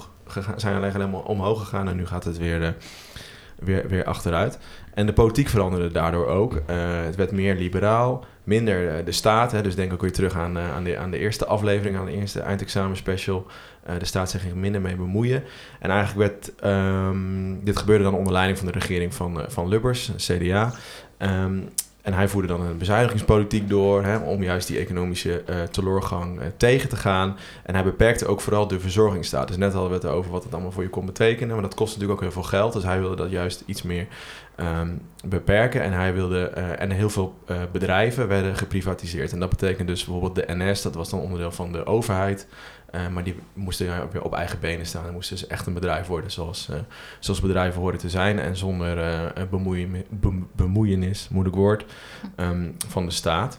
A: omhoog gegaan... en nu gaat het weer achteruit. En de politiek veranderde daardoor ook. Het werd meer liberaal, minder de staat. Hè, dus denk ook weer terug aan de eerste aflevering... aan de eerste eindexamen special... de staat zich minder mee bemoeien. En eigenlijk werd... dit gebeurde dan onder leiding van de regering van Lubbers, CDA. En hij voerde dan een bezuinigingspolitiek door... om juist die economische teleurgang tegen te gaan. En hij beperkte ook vooral de verzorgingsstaat. Dus net hadden we het over wat het allemaal voor je kon betekenen. Maar dat kost natuurlijk ook heel veel geld. Dus hij wilde dat juist iets meer beperken. En hij wilde... en heel veel bedrijven werden geprivatiseerd. En dat betekent dus bijvoorbeeld de NS... dat was dan onderdeel van de overheid... maar die moesten weer op eigen benen staan. En moesten dus echt een bedrijf worden zoals bedrijven horen te zijn. En zonder bemoeienis, moeilijk woord, van de staat.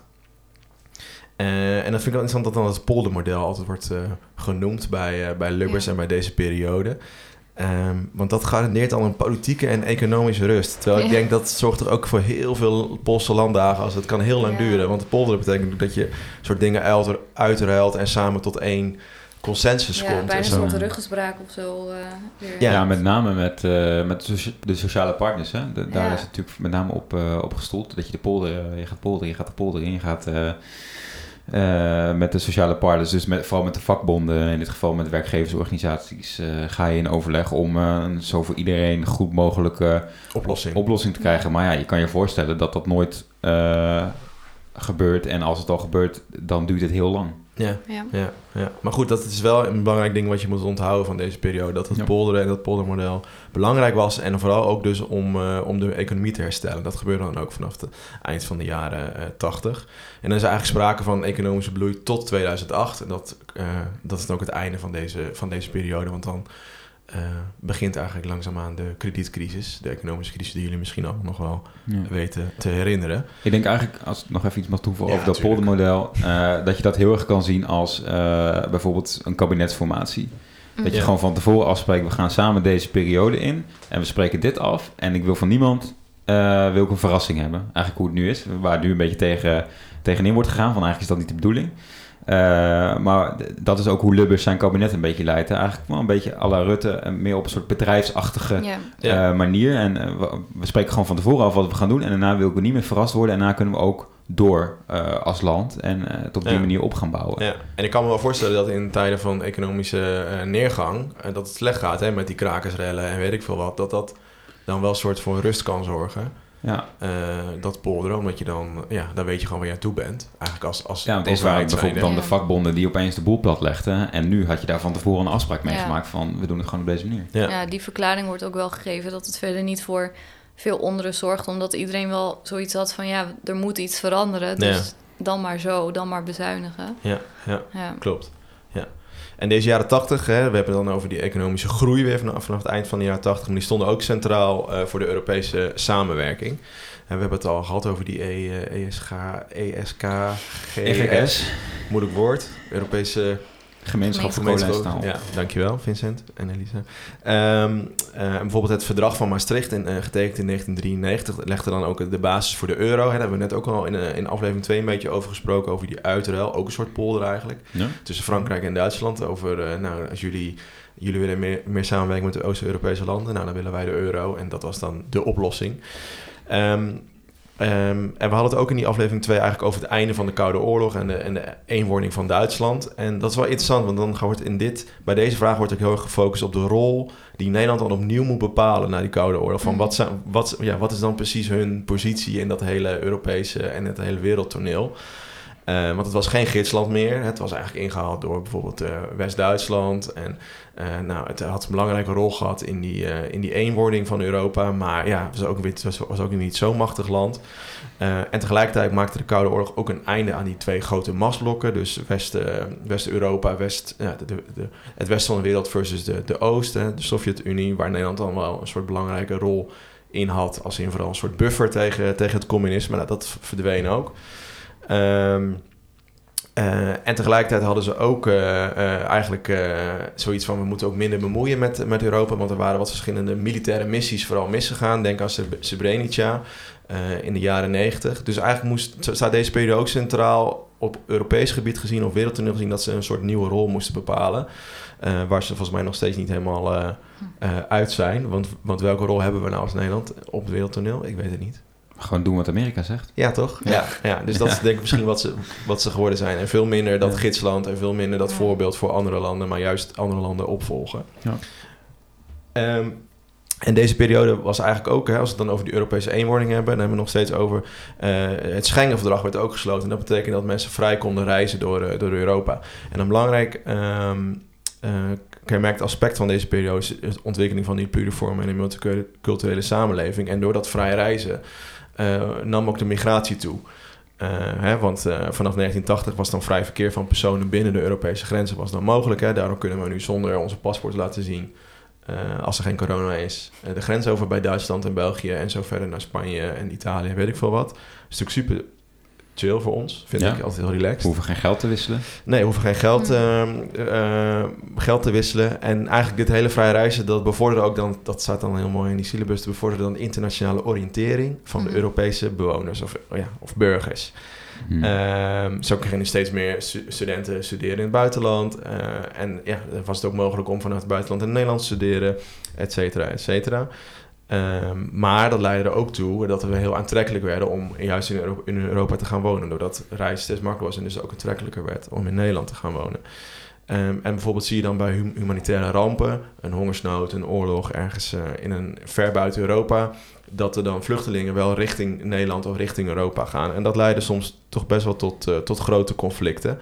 A: En dat vind ik wel interessant dat dan het poldermodel altijd wordt genoemd bij Lubbers en bij deze periode. Want dat garandeert al een politieke en economische rust. Terwijl ik denk dat zorgt er ook voor heel veel Poolse landdagen. Het kan heel lang duren. Want polderen betekent dat je soort dingen uitruilt en samen tot één consensus komt.
C: Bij een soort ruggespraak of zo.
B: Ja, met name met de sociale partners. Hè. Daar is het natuurlijk met name op gestoeld. Dat je je gaat polderen in, je gaat met de sociale partners, dus vooral met de vakbonden, in dit geval met werkgeversorganisaties, ga je in overleg om een zo voor iedereen goed mogelijke oplossing te krijgen. Maar ja, je kan je voorstellen dat dat nooit gebeurt. En als het al gebeurt, dan duurt het heel lang.
A: Ja. Maar goed, dat is wel een belangrijk ding wat je moet onthouden van deze periode. Dat het polderen en dat poldermodel belangrijk was. En vooral ook dus om de economie te herstellen. Dat gebeurde dan ook vanaf het eind van de jaren 80. En dan is er eigenlijk sprake van economische bloei tot 2008. En dat is dan ook het einde van deze periode. Want dan begint eigenlijk langzaamaan de kredietcrisis. De economische crisis die jullie misschien ook nog wel weten te herinneren.
B: Ik denk eigenlijk, als ik nog even iets mag toevoegen over dat poldermodel, dat je dat heel erg kan zien als bijvoorbeeld een kabinetsformatie. Dat je gewoon van tevoren afspreekt, we gaan samen deze periode in en we spreken dit af. En ik wil van niemand wil ik een verrassing hebben. Eigenlijk hoe het nu is, waar nu een beetje tegenin wordt gegaan. Van eigenlijk is dat niet de bedoeling. Maar dat is ook hoe Lubbers zijn kabinet een beetje leidt. Eigenlijk wel een beetje à la Rutte, meer op een soort bedrijfsachtige manier. En we spreken gewoon van tevoren af wat we gaan doen. En daarna wil ik niet meer verrast worden. En daarna kunnen we ook door als land en het op die manier op gaan bouwen. Ja.
A: En ik kan me wel voorstellen dat in tijden van economische neergang, dat het slecht gaat met die krakersrellen en weet ik veel wat, dat dan wel een soort voor rust kan zorgen.
B: Ja.
A: Dat polderen, omdat je dan weet je gewoon waar je aan toe bent. Eigenlijk als
B: ja, want het is waar bijvoorbeeld dan de vakbonden die opeens de boel plat legden. En nu had je daar van tevoren een afspraak mee gemaakt van we doen het gewoon op deze manier.
C: Ja, die verklaring wordt ook wel gegeven dat het verder niet voor veel onrust zorgt. Omdat iedereen wel zoiets had van er moet iets veranderen. Dus dan maar zo, dan maar bezuinigen.
A: Ja. Klopt. Ja. En deze jaren 80, we hebben het dan over die economische groei weer vanaf het eind van de jaren 80. Maar die stonden ook centraal voor de Europese samenwerking. En we hebben het al gehad over die ESKGS. Moeilijk woord. Europese
B: Gemeenschap voor kolen en staal.
A: Ja, dankjewel Vincent en Elisa. Bijvoorbeeld het verdrag van Maastricht, getekend in 1993, legde dan ook de basis voor de euro. Daar hebben we net ook al in aflevering 2 een beetje over gesproken, over die uitruil. Ook een soort polder eigenlijk. Ja. Tussen Frankrijk en Duitsland. Over, als jullie willen meer samenwerken met de Oost-Europese landen, dan willen wij de euro. En dat was dan de oplossing. En we hadden het ook in die aflevering 2 eigenlijk over het einde van de Koude Oorlog en de eenwording van Duitsland. En dat is wel interessant, want dan wordt bij deze vraag wordt ook heel erg gefocust op de rol die Nederland dan opnieuw moet bepalen na die Koude Oorlog. Van wat is dan precies hun positie in dat hele Europese en het hele wereldtoneel? Want het was geen gidsland meer. Het was eigenlijk ingehaald door bijvoorbeeld West-Duitsland. En het had een belangrijke rol gehad in die eenwording van Europa. Maar het was ook niet zo'n machtig land. En tegelijkertijd maakte de Koude Oorlog ook een einde aan die 2 grote machtsblokken. Dus West-Europa, het westen van de wereld versus de Oosten, de Sovjet-Unie, waar Nederland dan wel een soort belangrijke rol in had. Als in vooral een soort buffer tegen het communisme. Dat verdween ook. En tegelijkertijd hadden ze ook zoiets van we moeten ook minder bemoeien met Europa, want er waren wat verschillende militaire missies vooral misgegaan. Denk aan Srebrenica in de jaren 90. Dus eigenlijk staat deze periode ook centraal op Europees gebied gezien of wereldtoneel gezien dat ze een soort nieuwe rol moesten bepalen. Waar ze volgens mij nog steeds niet helemaal uit zijn. Want welke rol hebben we nou als Nederland op het wereldtoneel? Ik weet het niet.
B: Gewoon doen wat Amerika zegt.
A: Ja, toch? Ja. Dus dat is denk ik misschien wat ze geworden zijn. En veel minder dat gidsland en veel minder dat voorbeeld voor andere landen, maar juist andere landen opvolgen. Ja. En deze periode was eigenlijk ook, als we het dan over die Europese eenwording hebben, dan hebben we nog steeds over het Schengen-verdrag werd ook gesloten. En dat betekent dat mensen vrij konden reizen door Europa. En een belangrijk kenmerkend aspect van deze periode is de ontwikkeling van die pluriforme en een multiculturele samenleving. En door dat vrij reizen nam ook de migratie toe. Want vanaf 1980 was dan vrij verkeer van personen binnen de Europese grenzen was dan mogelijk. Daarom kunnen we nu zonder onze paspoort laten zien, als er geen corona is, de grens over bij Duitsland en België en zo verder naar Spanje en Italië, weet ik veel wat. Dat is natuurlijk super chill voor ons, vind ik altijd heel relaxed.
B: We hoeven geen geld te wisselen.
A: Nee, we hoeven geen geld te wisselen. En eigenlijk dit hele vrije reizen, dat bevorderde ook dan, dat staat dan heel mooi in die syllabus, te bevorderen dan internationale oriëntering van de Europese bewoners of burgers. Zo kregen steeds meer studenten studeren in het buitenland. En dan was het ook mogelijk om vanuit het buitenland in Nederland te studeren, et cetera, et cetera. Maar dat leidde er ook toe dat we heel aantrekkelijk werden om juist in Europa te gaan wonen. Doordat reizen steeds makkelijker was en dus ook aantrekkelijker werd om in Nederland te gaan wonen. En bijvoorbeeld zie je dan bij humanitaire rampen, een hongersnood, een oorlog ergens ver buiten Europa, dat er dan vluchtelingen wel richting Nederland of richting Europa gaan. En dat leidde soms toch best wel tot grote conflicten.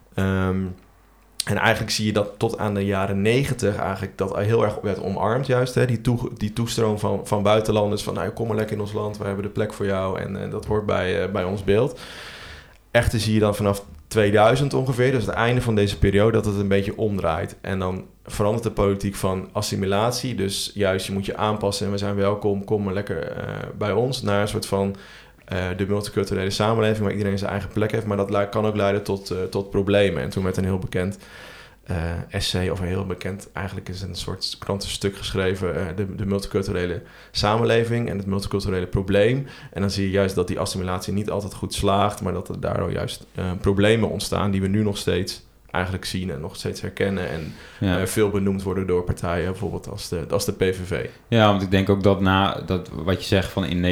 A: En eigenlijk zie je dat tot aan de jaren 90 eigenlijk dat heel erg werd omarmd juist. Hè? Die toestroom van buitenlanders van nou, kom maar lekker in ons land, wij hebben de plek voor jou en dat hoort bij ons beeld. Echter zie je dan vanaf 2000 ongeveer, dus het einde van deze periode, dat het een beetje omdraait. En dan verandert de politiek van assimilatie, dus juist je moet je aanpassen en we zijn welkom, kom maar lekker bij ons, naar een soort van de multiculturele samenleving waar iedereen zijn eigen plek heeft, maar dat kan ook leiden tot problemen. En toen werd een heel bekend essay, of een heel bekend, eigenlijk is een soort krantenstuk geschreven, de multiculturele samenleving en het multiculturele probleem. En dan zie je juist dat die assimilatie niet altijd goed slaagt, maar dat er daardoor juist problemen ontstaan die we nu nog steeds eigenlijk zien en nog steeds herkennen en veel benoemd worden door partijen, bijvoorbeeld als de PVV.
B: Ja, want ik denk ook dat wat je zegt van na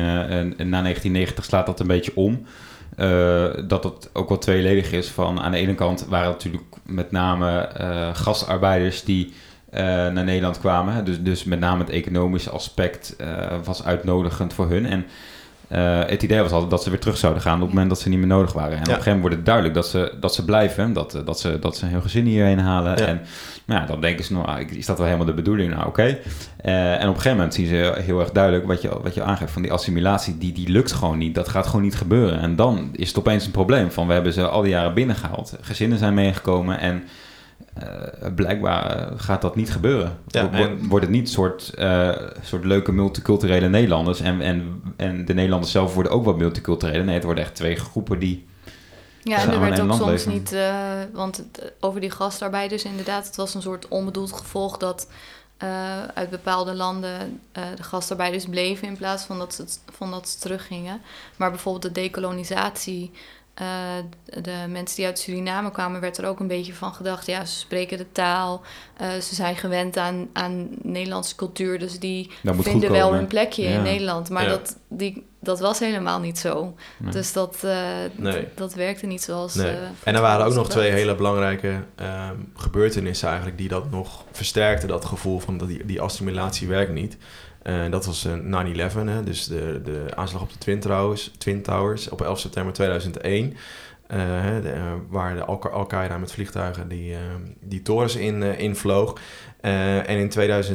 B: 1990 slaat dat een beetje om. Dat het ook wel tweeledig is van aan de ene kant waren natuurlijk met name gastarbeiders die naar Nederland kwamen. Dus met name het economische aspect was uitnodigend voor hun. En het idee was altijd dat ze weer terug zouden gaan op het moment dat ze niet meer nodig waren. En op een gegeven moment wordt het duidelijk dat ze blijven, dat ze een heel gezin hierheen halen. Ja. En dan denken ze, nou, is dat wel helemaal de bedoeling? Nou, oké. En op een gegeven moment zien ze heel erg duidelijk wat je aangeeft van die assimilatie, die lukt gewoon niet. Dat gaat gewoon niet gebeuren. En dan is het opeens een probleem van we hebben ze al die jaren binnengehaald. Gezinnen zijn meegekomen en blijkbaar gaat dat niet gebeuren. Ja, wordt het niet soort leuke multiculturele Nederlanders en de Nederlanders zelf worden ook wat multiculturele. Nee, het worden echt twee groepen die
C: en er werd ook soms leven. Niet, want over die gastarbeiders inderdaad, het was een soort onbedoeld gevolg dat uit bepaalde landen de gastarbeiders bleven in plaats van dat ze teruggingen. Maar bijvoorbeeld de dekolonisatie, de mensen die uit Suriname kwamen, werd er ook een beetje van gedacht, ja, ze spreken de taal, ze zijn gewend aan Nederlandse cultuur, dus die vinden wel hun plekje in Nederland. Maar dat was helemaal niet zo. Nee. Dus dat werkte niet zoals...
A: Nee. En er waren ook nog twee hele belangrijke gebeurtenissen eigenlijk die dat nog versterkten, dat gevoel van dat die assimilatie werkt niet. Dat was 9/11, dus de aanslag op de Twin Towers op 11 september 2001. Waar de Al-Qaeda met vliegtuigen die torens invloog. En in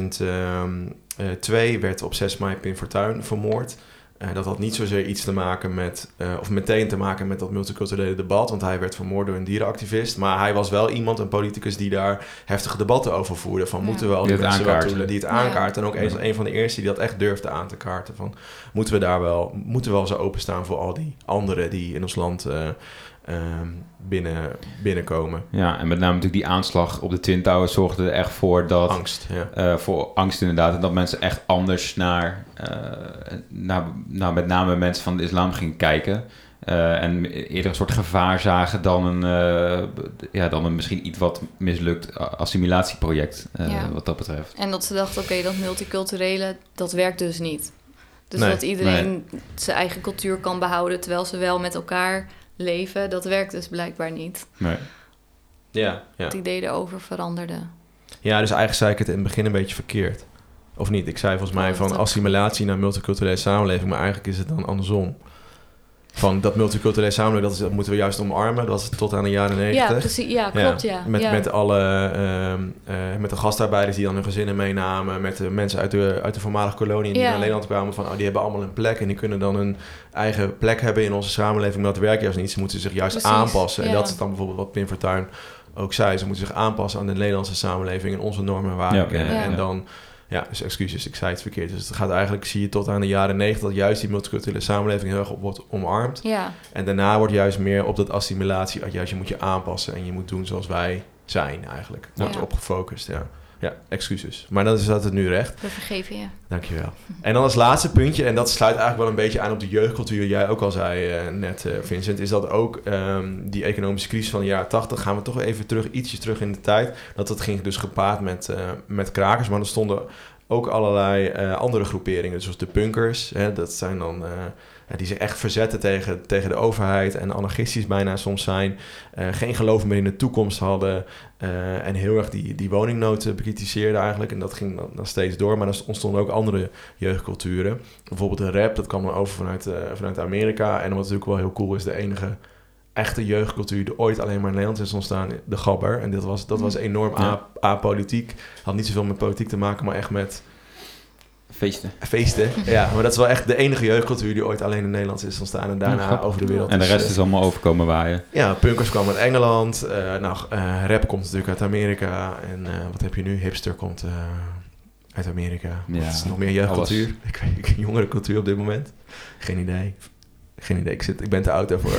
A: 2002 werd op 6 mei Pim Fortuyn vermoord. Dat had niet zozeer iets te maken met, of meteen te maken met dat multiculturele debat, want hij werd vermoord door een dierenactivist. Maar hij was wel een politicus die daar heftige debatten over voerde. Van moeten we al die mensen wel toelen die het aankaarten. En ook een van de eerste die dat echt durfde aan te kaarten. Van moeten we wel zo openstaan voor al die anderen die in ons land binnenkomen.
B: Ja, en met name natuurlijk die aanslag op de Twin Towers zorgde er echt voor dat...
A: Angst,
B: voor angst inderdaad. En dat mensen echt anders naar met name mensen van de islam gingen kijken. En eerder een soort gevaar zagen dan een misschien iets wat mislukt assimilatieproject, wat dat betreft.
C: En dat ze dachten, oké, dat multiculturele, dat werkt dus niet. Dus dat iedereen zijn eigen cultuur kan behouden, terwijl ze wel met elkaar leven, dat werkt dus blijkbaar niet.
B: Nee.
A: Ja.
C: Het idee erover veranderde.
A: Ja, dus eigenlijk zei ik het in het begin een beetje verkeerd. Of niet? Ik zei volgens mij van assimilatie naar multiculturele samenleving, maar eigenlijk is het dan andersom. Van dat multiculturele samenleving, dat moeten we juist omarmen. Dat was tot aan de jaren 90.
C: Ja, precies. Ja, klopt, ja.
A: Met de gastarbeiders die dan hun gezinnen meenamen. Met de mensen uit de voormalige koloniën die naar Nederland kwamen. Van, die hebben allemaal een plek en die kunnen dan een eigen plek hebben in onze samenleving. Maar dat werkt juist niet. Ze moeten zich juist aanpassen. En dat is dan bijvoorbeeld wat Pim Fortuyn ook zei. Ze moeten zich aanpassen aan de Nederlandse samenleving en onze normen en waarden. En dan... Ja, dus excuses, ik zei het verkeerd. Dus het gaat eigenlijk, zie je tot aan de jaren 90... dat juist die multiculturele samenleving heel erg wordt omarmd.
C: Ja.
A: En daarna wordt juist meer op dat assimilatie... juist je moet je aanpassen en je moet doen zoals wij zijn eigenlijk. Wordt erop gefocust, Ja, excuses. Maar dan is dat het nu recht.
C: We vergeven je.
A: Dankjewel. En dan als laatste puntje... en dat sluit eigenlijk wel een beetje aan op de jeugdcultuur... jij ook al zei net, Vincent... is dat ook die economische crisis van de jaren 80... gaan we toch even ietsje terug in de tijd... dat ging dus gepaard met krakers... maar er stonden ook allerlei andere groeperingen. Dus zoals de punkers, hè, dat zijn dan... die zich echt verzetten tegen de overheid en anarchistisch bijna soms zijn. Geen geloof meer in de toekomst hadden. En heel erg die woningnood bekritiseerden eigenlijk. En dat ging dan steeds door. Maar er ontstonden ook andere jeugdculturen. Bijvoorbeeld de rap, dat kwam dan over vanuit Amerika. En wat natuurlijk wel heel cool is, de enige echte jeugdcultuur die ooit alleen maar in Nederland is ontstaan, de gabber. En dat was enorm apolitiek. Had niet zoveel met politiek te maken, maar echt met... Feesten, ja. Maar dat is wel echt de enige jeugdcultuur die ooit alleen in Nederland is ontstaan. En daarna over de wereld.
B: En de rest is allemaal overkomen waaien.
A: Ja, punkers kwamen uit Engeland. Rap komt natuurlijk uit Amerika. En wat heb je nu? Hipster komt uit Amerika. Ja. Is nog meer jeugdcultuur? Ik weet jongere cultuur op dit moment. Geen idee. Ik ben te oud daarvoor.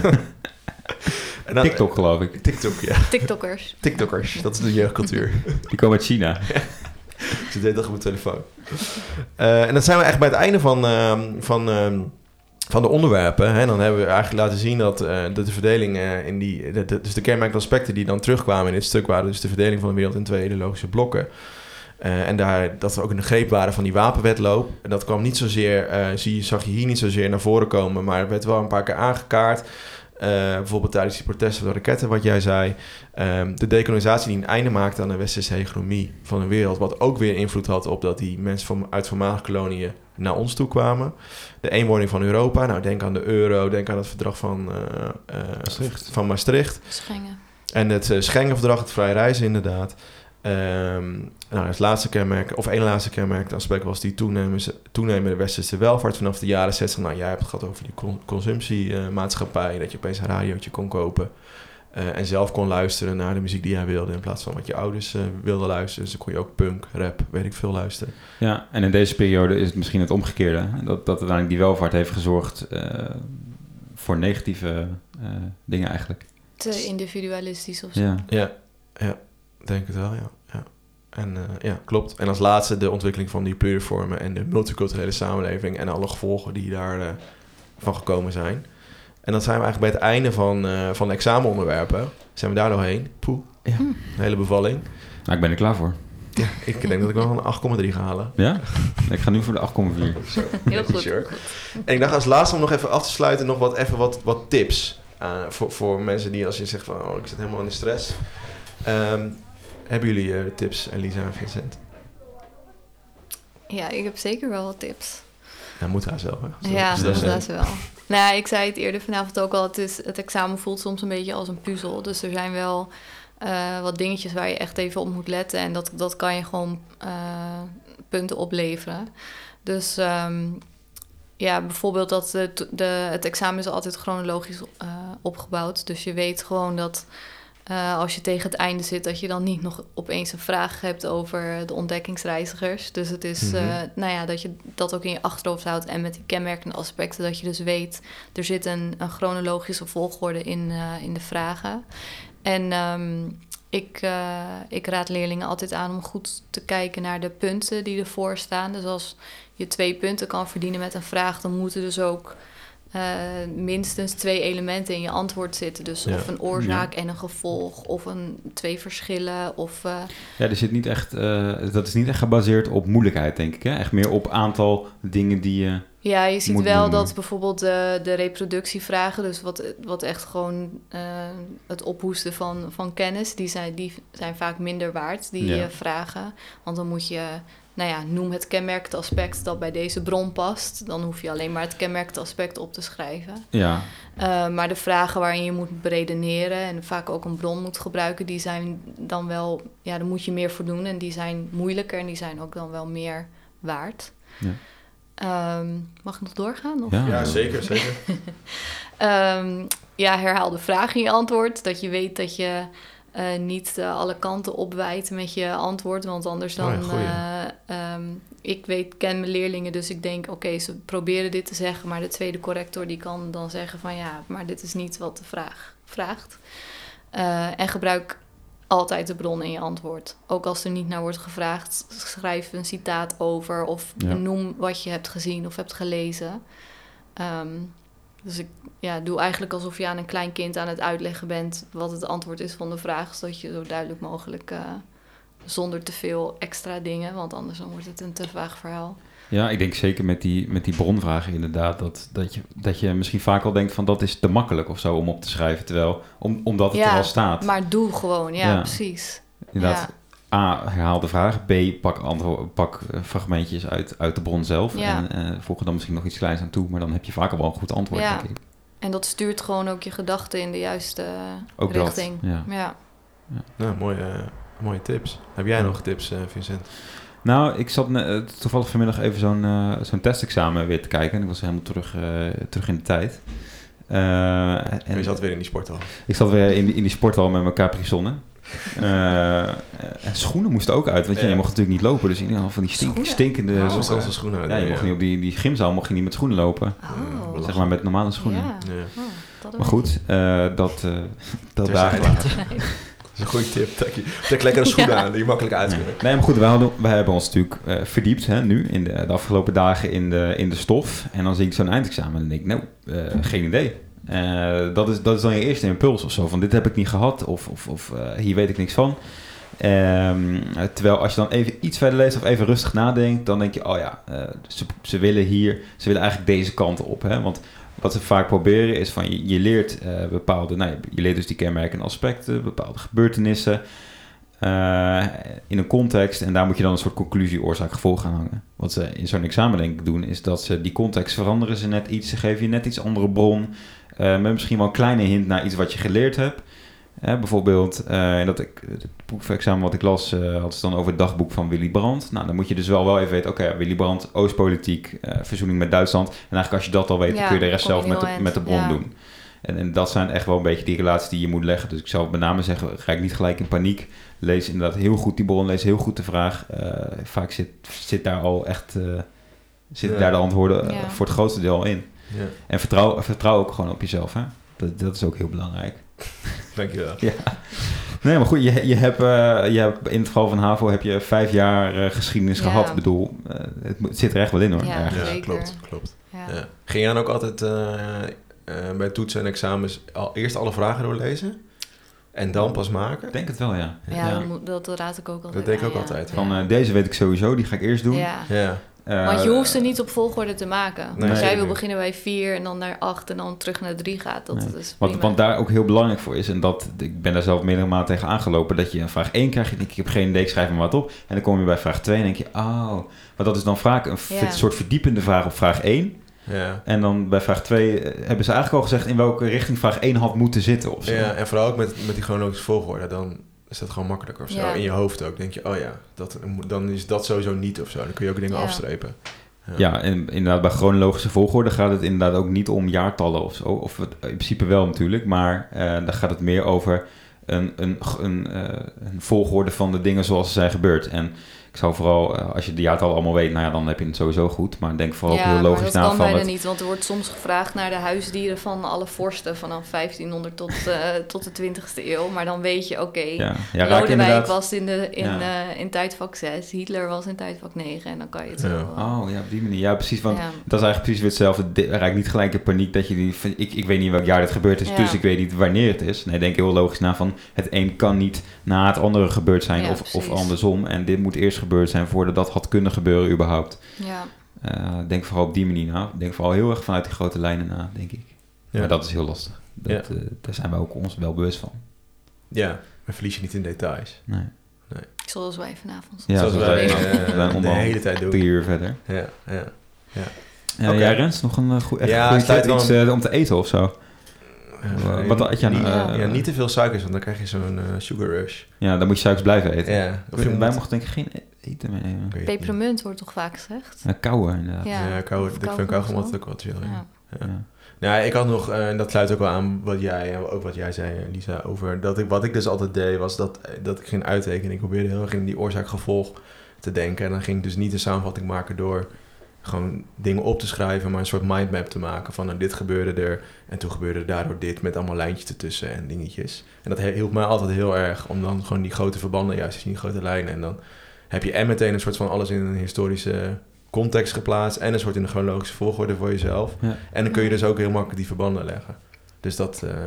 B: TikTok, geloof ik.
A: TikTok, ja. TikTokkers, dat is de jeugdcultuur.
B: Die komen uit China.
A: Ik zit de hele dag op mijn telefoon. En dan zijn we echt bij het einde van de onderwerpen. Hè. Dan hebben we eigenlijk laten zien dat de verdeling dus de kenmerkende aspecten die dan terugkwamen in dit stuk waren dus de verdeling van de wereld in 2 ideologische blokken. En dat er ook een greep waren van die wapenwetloop. En dat kwam niet zozeer, zag je hier niet zozeer naar voren komen, maar het werd wel een paar keer aangekaart. Bijvoorbeeld tijdens die protesten van de raketten, wat jij zei. De dekolonisatie die een einde maakte aan de westerse hegemonie van de wereld. Wat ook weer invloed had op dat die mensen uit voormalige koloniën naar ons toe kwamen. De eenwording van Europa. Nou, denk aan de euro, denk aan het verdrag van Maastricht.
C: Schengen.
A: En het Schengenverdrag, het vrij reizen inderdaad. Het laatste kenmerk, of één laatste kenmerk aspect was die toenemende westerse welvaart vanaf de jaren 60. Nou, jij hebt het gehad over die consumptiemaatschappij, dat je opeens een radiootje kon kopen en zelf kon luisteren naar de muziek die jij wilde in plaats van wat je ouders wilden luisteren. Dus dan kon je ook punk, rap, weet ik veel luisteren.
B: Ja, en in deze periode is het misschien het omgekeerde. Dat uiteindelijk die welvaart heeft gezorgd voor negatieve dingen eigenlijk.
C: Te individualistisch of zo.
A: Ja, denk het wel, ja. En klopt. En als laatste de ontwikkeling van die pluriformen en de multiculturele samenleving en alle gevolgen die daar van gekomen zijn. En dan zijn we eigenlijk bij het einde van de examenonderwerpen. Zijn we daar doorheen? Poeh, ja. Een hele bevalling.
B: Nou, ik ben er klaar voor.
A: Ja, ik denk dat ik nog een 8,3 ga halen.
B: Ja? Ik ga nu voor de 8,4.
C: Heel goed. Sure.
A: En ik dacht als laatste om nog even af te sluiten nog wat tips. Voor mensen die als je zegt van ik zit helemaal in de stress. Hebben jullie tips, Elisa en Vincent?
C: Ja, ik heb zeker wel wat tips.
A: Dat moet haar zelf, hè?
C: Ja, dat is wel. Nou ja, ik zei het eerder vanavond ook al. Het examen voelt soms een beetje als een puzzel. Dus er zijn wel wat dingetjes waar je echt even op moet letten. En dat kan je gewoon punten opleveren. Dus bijvoorbeeld dat het examen is altijd chronologisch opgebouwd. Dus je weet gewoon dat als je tegen het einde zit, dat je dan niet nog opeens een vraag hebt over de ontdekkingsreizigers. Dus het is dat je dat ook in je achterhoofd houdt. En met die kenmerkende aspecten dat je dus weet, er zit een chronologische volgorde in de vragen. En ik raad leerlingen altijd aan om goed te kijken naar de punten die ervoor staan. Dus als je 2 punten kan verdienen met een vraag, dan moeten dus ook minstens 2 elementen in je antwoord zitten. Dus of een oorzaak en een gevolg, of 2 verschillen.
B: Er zit niet echt, dat is niet echt gebaseerd op moeilijkheid, denk ik. Hè? Echt meer op aantal dingen die je
C: Ja, je ziet wel dat bijvoorbeeld de reproductievragen, dus wat echt gewoon het ophoesten van kennis, die zijn vaak minder waard, die vragen. Want dan moet je, noem het kenmerkende aspect dat bij deze bron past. Dan hoef je alleen maar het kenmerkende aspect op te schrijven.
B: Ja.
C: Maar de vragen waarin je moet beredeneren en vaak ook een bron moet gebruiken, die zijn dan wel, daar moet je meer voor doen. En die zijn moeilijker en die zijn ook dan wel meer waard.
B: Ja.
C: Mag ik nog doorgaan? Of?
A: Ja, zeker.
C: Herhaal de vraag in je antwoord. Dat je weet dat je niet alle kanten opwijt met je antwoord. Want anders dan... ik ken mijn leerlingen, dus ik denk... Oké, ze proberen dit te zeggen, maar de tweede corrector die kan dan zeggen van... Ja, maar dit is niet wat de vraag vraagt. En gebruik altijd de bron in je antwoord. Ook als er niet naar wordt gevraagd, schrijf een citaat over of noem wat je hebt gezien of hebt gelezen. Dus ik doe eigenlijk alsof je aan een klein kind aan het uitleggen bent wat het antwoord is van de vraag, zodat je zo duidelijk mogelijk zonder te veel extra dingen, want anders dan wordt het een te vaag verhaal.
B: Ja, ik denk zeker met die bronvragen inderdaad... dat je misschien vaak al denkt van... dat is te makkelijk of zo om op te schrijven... terwijl omdat het er al staat.
C: Maar doe gewoon, ja. Precies.
B: Inderdaad, A, herhaal de vraag. B, pak fragmentjes uit de bron zelf.
C: Ja.
B: En voeg er dan misschien nog iets kleins aan toe... maar dan heb je vaak al wel een goed antwoord, denk ik.
C: En dat stuurt gewoon ook je gedachten in de juiste
B: ook
C: richting.
B: Dat,
C: ja.
A: Nou, mooie tips. Heb jij nog tips, Vincent?
B: Nou, ik zat toevallig vanmiddag even zo'n testexamen weer te kijken. En ik was helemaal terug in de tijd.
A: En je zat weer in die sporthal.
B: Ik zat weer in die sporthal met mijn Capri-Sonne. En schoenen moesten ook uit, want je mocht natuurlijk niet lopen. Dus in ieder geval van die stinkende
A: schoenen uit.
B: Ja, je mocht niet op die gymzaal mocht je niet met schoenen lopen. Zeg maar met normale schoenen.
C: Ja.
B: Maar goed, dat daar later.
A: Dat is een goede tip. Trek lekkere schoenen aan die je makkelijk uit kunnen.
B: Nee, maar goed, wij hebben ons natuurlijk verdiept nu in de afgelopen dagen in de stof. En dan zie ik zo'n eindexamen en dan denk ik, geen idee. Dat is dan je eerste impuls of zo. Van dit heb ik niet gehad of hier weet ik niks van. Terwijl als je dan even iets verder leest of even rustig nadenkt, dan denk je, ze willen eigenlijk deze kant op. Hè? Want wat ze vaak proberen is van je leert je leert dus die kenmerkende aspecten, bepaalde gebeurtenissen in een context en daar moet je dan een soort conclusie, oorzaak, gevolg gaan hangen. Wat ze in zo'n examen denk ik doen is dat ze die context veranderen ze net iets, ze geven je net iets andere bron, met misschien wel een kleine hint naar iets wat je geleerd hebt. Bijvoorbeeld, het proefexamen wat ik las, had ze dan over het dagboek van Willy Brandt. Nou, dan moet je dus wel even weten, Willy Brandt, Oostpolitiek, verzoening met Duitsland. En eigenlijk als je dat al weet, dan kun je de rest zelf met de bron doen. En dat zijn echt wel een beetje die relaties die je moet leggen. Dus ik zou met name zeggen, ga ik niet gelijk in paniek. Lees inderdaad heel goed die bron, lees heel goed de vraag. Vaak zit daar al echt daar de antwoorden voor het grootste deel al in. Ja. En vertrouw ook gewoon op jezelf. Hè? Dat is ook heel belangrijk.
A: Dankjewel.
B: Ja. Nee, maar goed, je hebt in het geval van HAVO heb je 5 jaar geschiedenis gehad. Ik bedoel, het zit er echt wel in hoor.
C: Ja,
A: klopt. Ja. Ging jij dan ook altijd bij toetsen en examens eerst alle vragen doorlezen? En dan pas maken?
B: Ik denk het wel, ja.
C: Dat raad ik ook altijd.
A: Dat deed ik ook altijd.
B: Van deze weet ik sowieso, die ga ik eerst doen.
C: Ja. Want je hoeft ze niet op volgorde te maken. Als jij wil beginnen bij 4 en dan naar 8 en dan terug naar 3 gaat, dat is prima.
B: Want daar ook heel belangrijk voor is, en ik ben daar zelf meerdere malen tegen aangelopen, dat je een vraag 1 krijgt, je denkt, ik heb geen idee, ik schrijf maar wat op. En dan kom je bij vraag 2 en denk je, maar dat is dan vaak een soort verdiepende vraag op vraag 1.
A: Ja.
B: En dan bij vraag 2 hebben ze eigenlijk al gezegd in welke richting vraag 1 had moeten zitten. Of zo.
A: Ja, en vooral ook met die chronologische volgorde, dan is dat gewoon makkelijker of zo. In je hoofd ook. Denk je, dan is dat sowieso niet of zo. Dan kun je ook dingen afstrepen.
B: Ja, en inderdaad bij chronologische volgorde gaat het inderdaad ook niet om jaartallen of zo. Of in principe wel natuurlijk, maar dan gaat het meer over een volgorde van de dingen zoals ze zijn gebeurd. En ik zou vooral, als je de jaartallen allemaal weet, dan heb je het sowieso goed. Maar denk vooral ook heel logisch na.
C: Ja, dat kan bijna niet, want er wordt soms gevraagd naar de huisdieren van alle vorsten vanaf 1500 tot de 20e eeuw. Maar dan weet je, Lodewijk was in tijdvak 6, Hitler was in tijdvak 9 en dan kan je het zo...
B: op die manier. Ja, precies, want dat is eigenlijk precies weer hetzelfde. Raak niet gelijk in paniek dat je ik weet niet welk jaar dit gebeurd is, dus ik weet niet wanneer het is. Nee, denk heel logisch na van het een kan niet na het andere gebeurd zijn of andersom. En dit moet eerst gebeurd zijn voordat dat had kunnen gebeuren überhaupt. Ja. Denk vooral op die manier na. Denk vooral heel erg vanuit die grote lijnen na, denk ik. Ja. Maar dat is heel lastig. Daar zijn wij ook ons wel bewust van.
A: Ja, maar verlies je niet in details.
C: Nee. Zoals wij vanavond.
B: Ja, zoals wij
A: de hele tijd doen.
B: 3 uur verder.
A: Ja.
B: Jij Rens, nog een goede iets om te eten of zo? Wat had je
A: niet te veel suikers, want dan krijg je zo'n sugar rush.
B: Ja, dan moet je suikers blijven eten.
A: Ja,
B: wij mochten denk ik geen eten meenemen.
C: Pepermunt wordt toch vaak gezegd?
B: Kauwen inderdaad.
A: Ja, kauwen. Ik vind kauwgom altijd ook wel chill. Ja, ik had nog, en dat sluit ook wel aan wat jij zei, Lisa, over wat ik dus altijd deed, was dat ik ging uittekenen. Ik probeerde heel erg in die oorzaak-gevolg te denken. En dan ging ik dus niet een samenvatting maken door gewoon dingen op te schrijven, maar een soort mindmap te maken van dit gebeurde er en toen gebeurde er daardoor dit met allemaal lijntjes ertussen en dingetjes. En dat hielp mij altijd heel erg om dan gewoon die grote verbanden juist te zien, die grote lijnen. En dan heb je meteen een soort van alles in een historische context geplaatst en een soort in de chronologische volgorde voor jezelf. Ja. En dan kun je dus ook heel makkelijk die verbanden leggen. Dus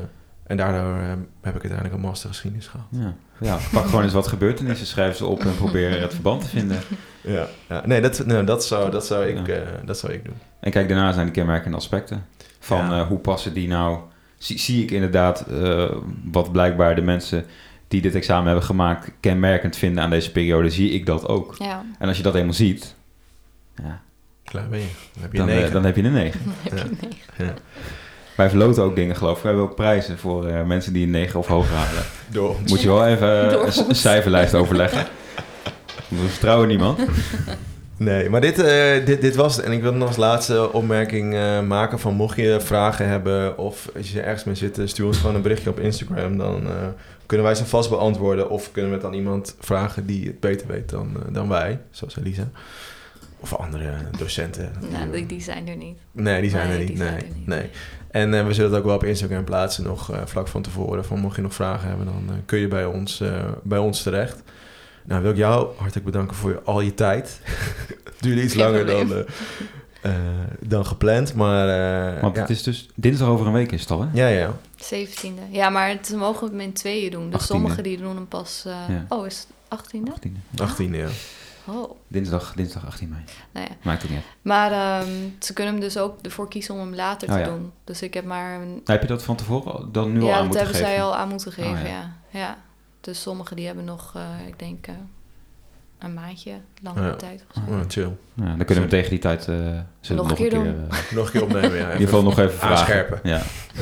A: En daardoor heb ik uiteindelijk een master geschiedenis gehad.
B: Ja, pak gewoon eens wat gebeurtenissen, schrijf ze op en probeer het verband te vinden.
A: Ja. Nee, dat zou ik doen.
B: En kijk daarna zijn die kenmerkende aspecten. Van hoe passen die nou... Zie ik inderdaad wat blijkbaar de mensen die dit examen hebben gemaakt kenmerkend vinden aan deze periode, zie ik dat ook.
C: Ja.
B: En als je dat eenmaal ziet,
A: klaar ben je. Dan heb je een 9.
B: Dan heb je een 9. Ja. Wij verloten ook dingen, geloof ik. We hebben ook prijzen voor mensen die een 9 of hoger halen.
A: Door ons.
B: Moet je wel even een cijferlijst overleggen. We vertrouwen niemand.
A: Nee, maar dit was het. En ik wil nog als laatste opmerking maken van mocht je vragen hebben of als je ergens mee zit, stuur ons gewoon een berichtje op Instagram. Dan kunnen wij ze vast beantwoorden of kunnen we het aan iemand vragen die het beter weet dan wij, zoals Elisa. Of andere docenten.
C: Nou, die zijn er niet.
A: Nee, die zijn er niet. Nee. En we zullen het ook wel op Instagram plaatsen nog vlak van tevoren. Van mocht je nog vragen hebben, dan kun je bij ons terecht. Nou, wil ik jou hartelijk bedanken voor al je tijd. Het duurde iets langer dan gepland, maar...
B: Want het is dus dinsdag over een week is het al, hè?
A: Ja.
C: 17e. Ja, maar ze mogen het in 2 doen. Dus
B: 18e.
C: sommigen die doen hem pas... Oh, is het 18e?
A: 18e, ja.
C: Oh.
B: Dinsdag 18 mei.
C: Nou ja.
B: Maakt het niet uit.
C: Maar ze kunnen hem dus ook ervoor kiezen om hem later te doen. Dus ik heb maar...
B: Heb je dat van tevoren dan nu al aan moeten geven?
C: Ja, dat hebben zij al aan moeten geven,
B: Oh,
C: ja. Dus sommigen die hebben nog, ik denk... een maandje, langere tijd of zo.
A: Chill.
B: Ja, dan kunnen we tegen die tijd
C: nog een keer doen.
A: Nog een keer opnemen, ja.
B: In ieder geval nog even
A: aanscherpen.
B: Ja.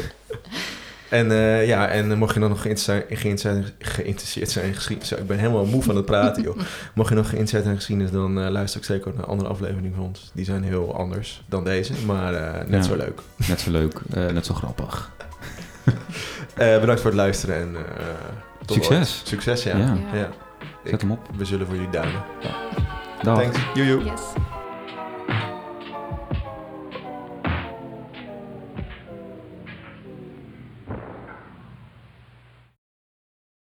A: En mocht je dan nog geïnteresseerd zijn in geschiedenis... Ik ben helemaal moe van het praten, joh. Mocht je nog geïnteresseerd zijn in geschiedenis... dan luister ik zeker naar andere afleveringen van ons. Die zijn heel anders dan deze, maar net zo leuk.
B: Net zo leuk, net zo grappig.
A: Bedankt voor het luisteren en tot
B: succes.
A: Ooit. Succes, ja.
B: Zet hem op.
A: We zullen voor jullie duimen.
B: Dag.
A: Thanks. Joejoe.
C: Yes.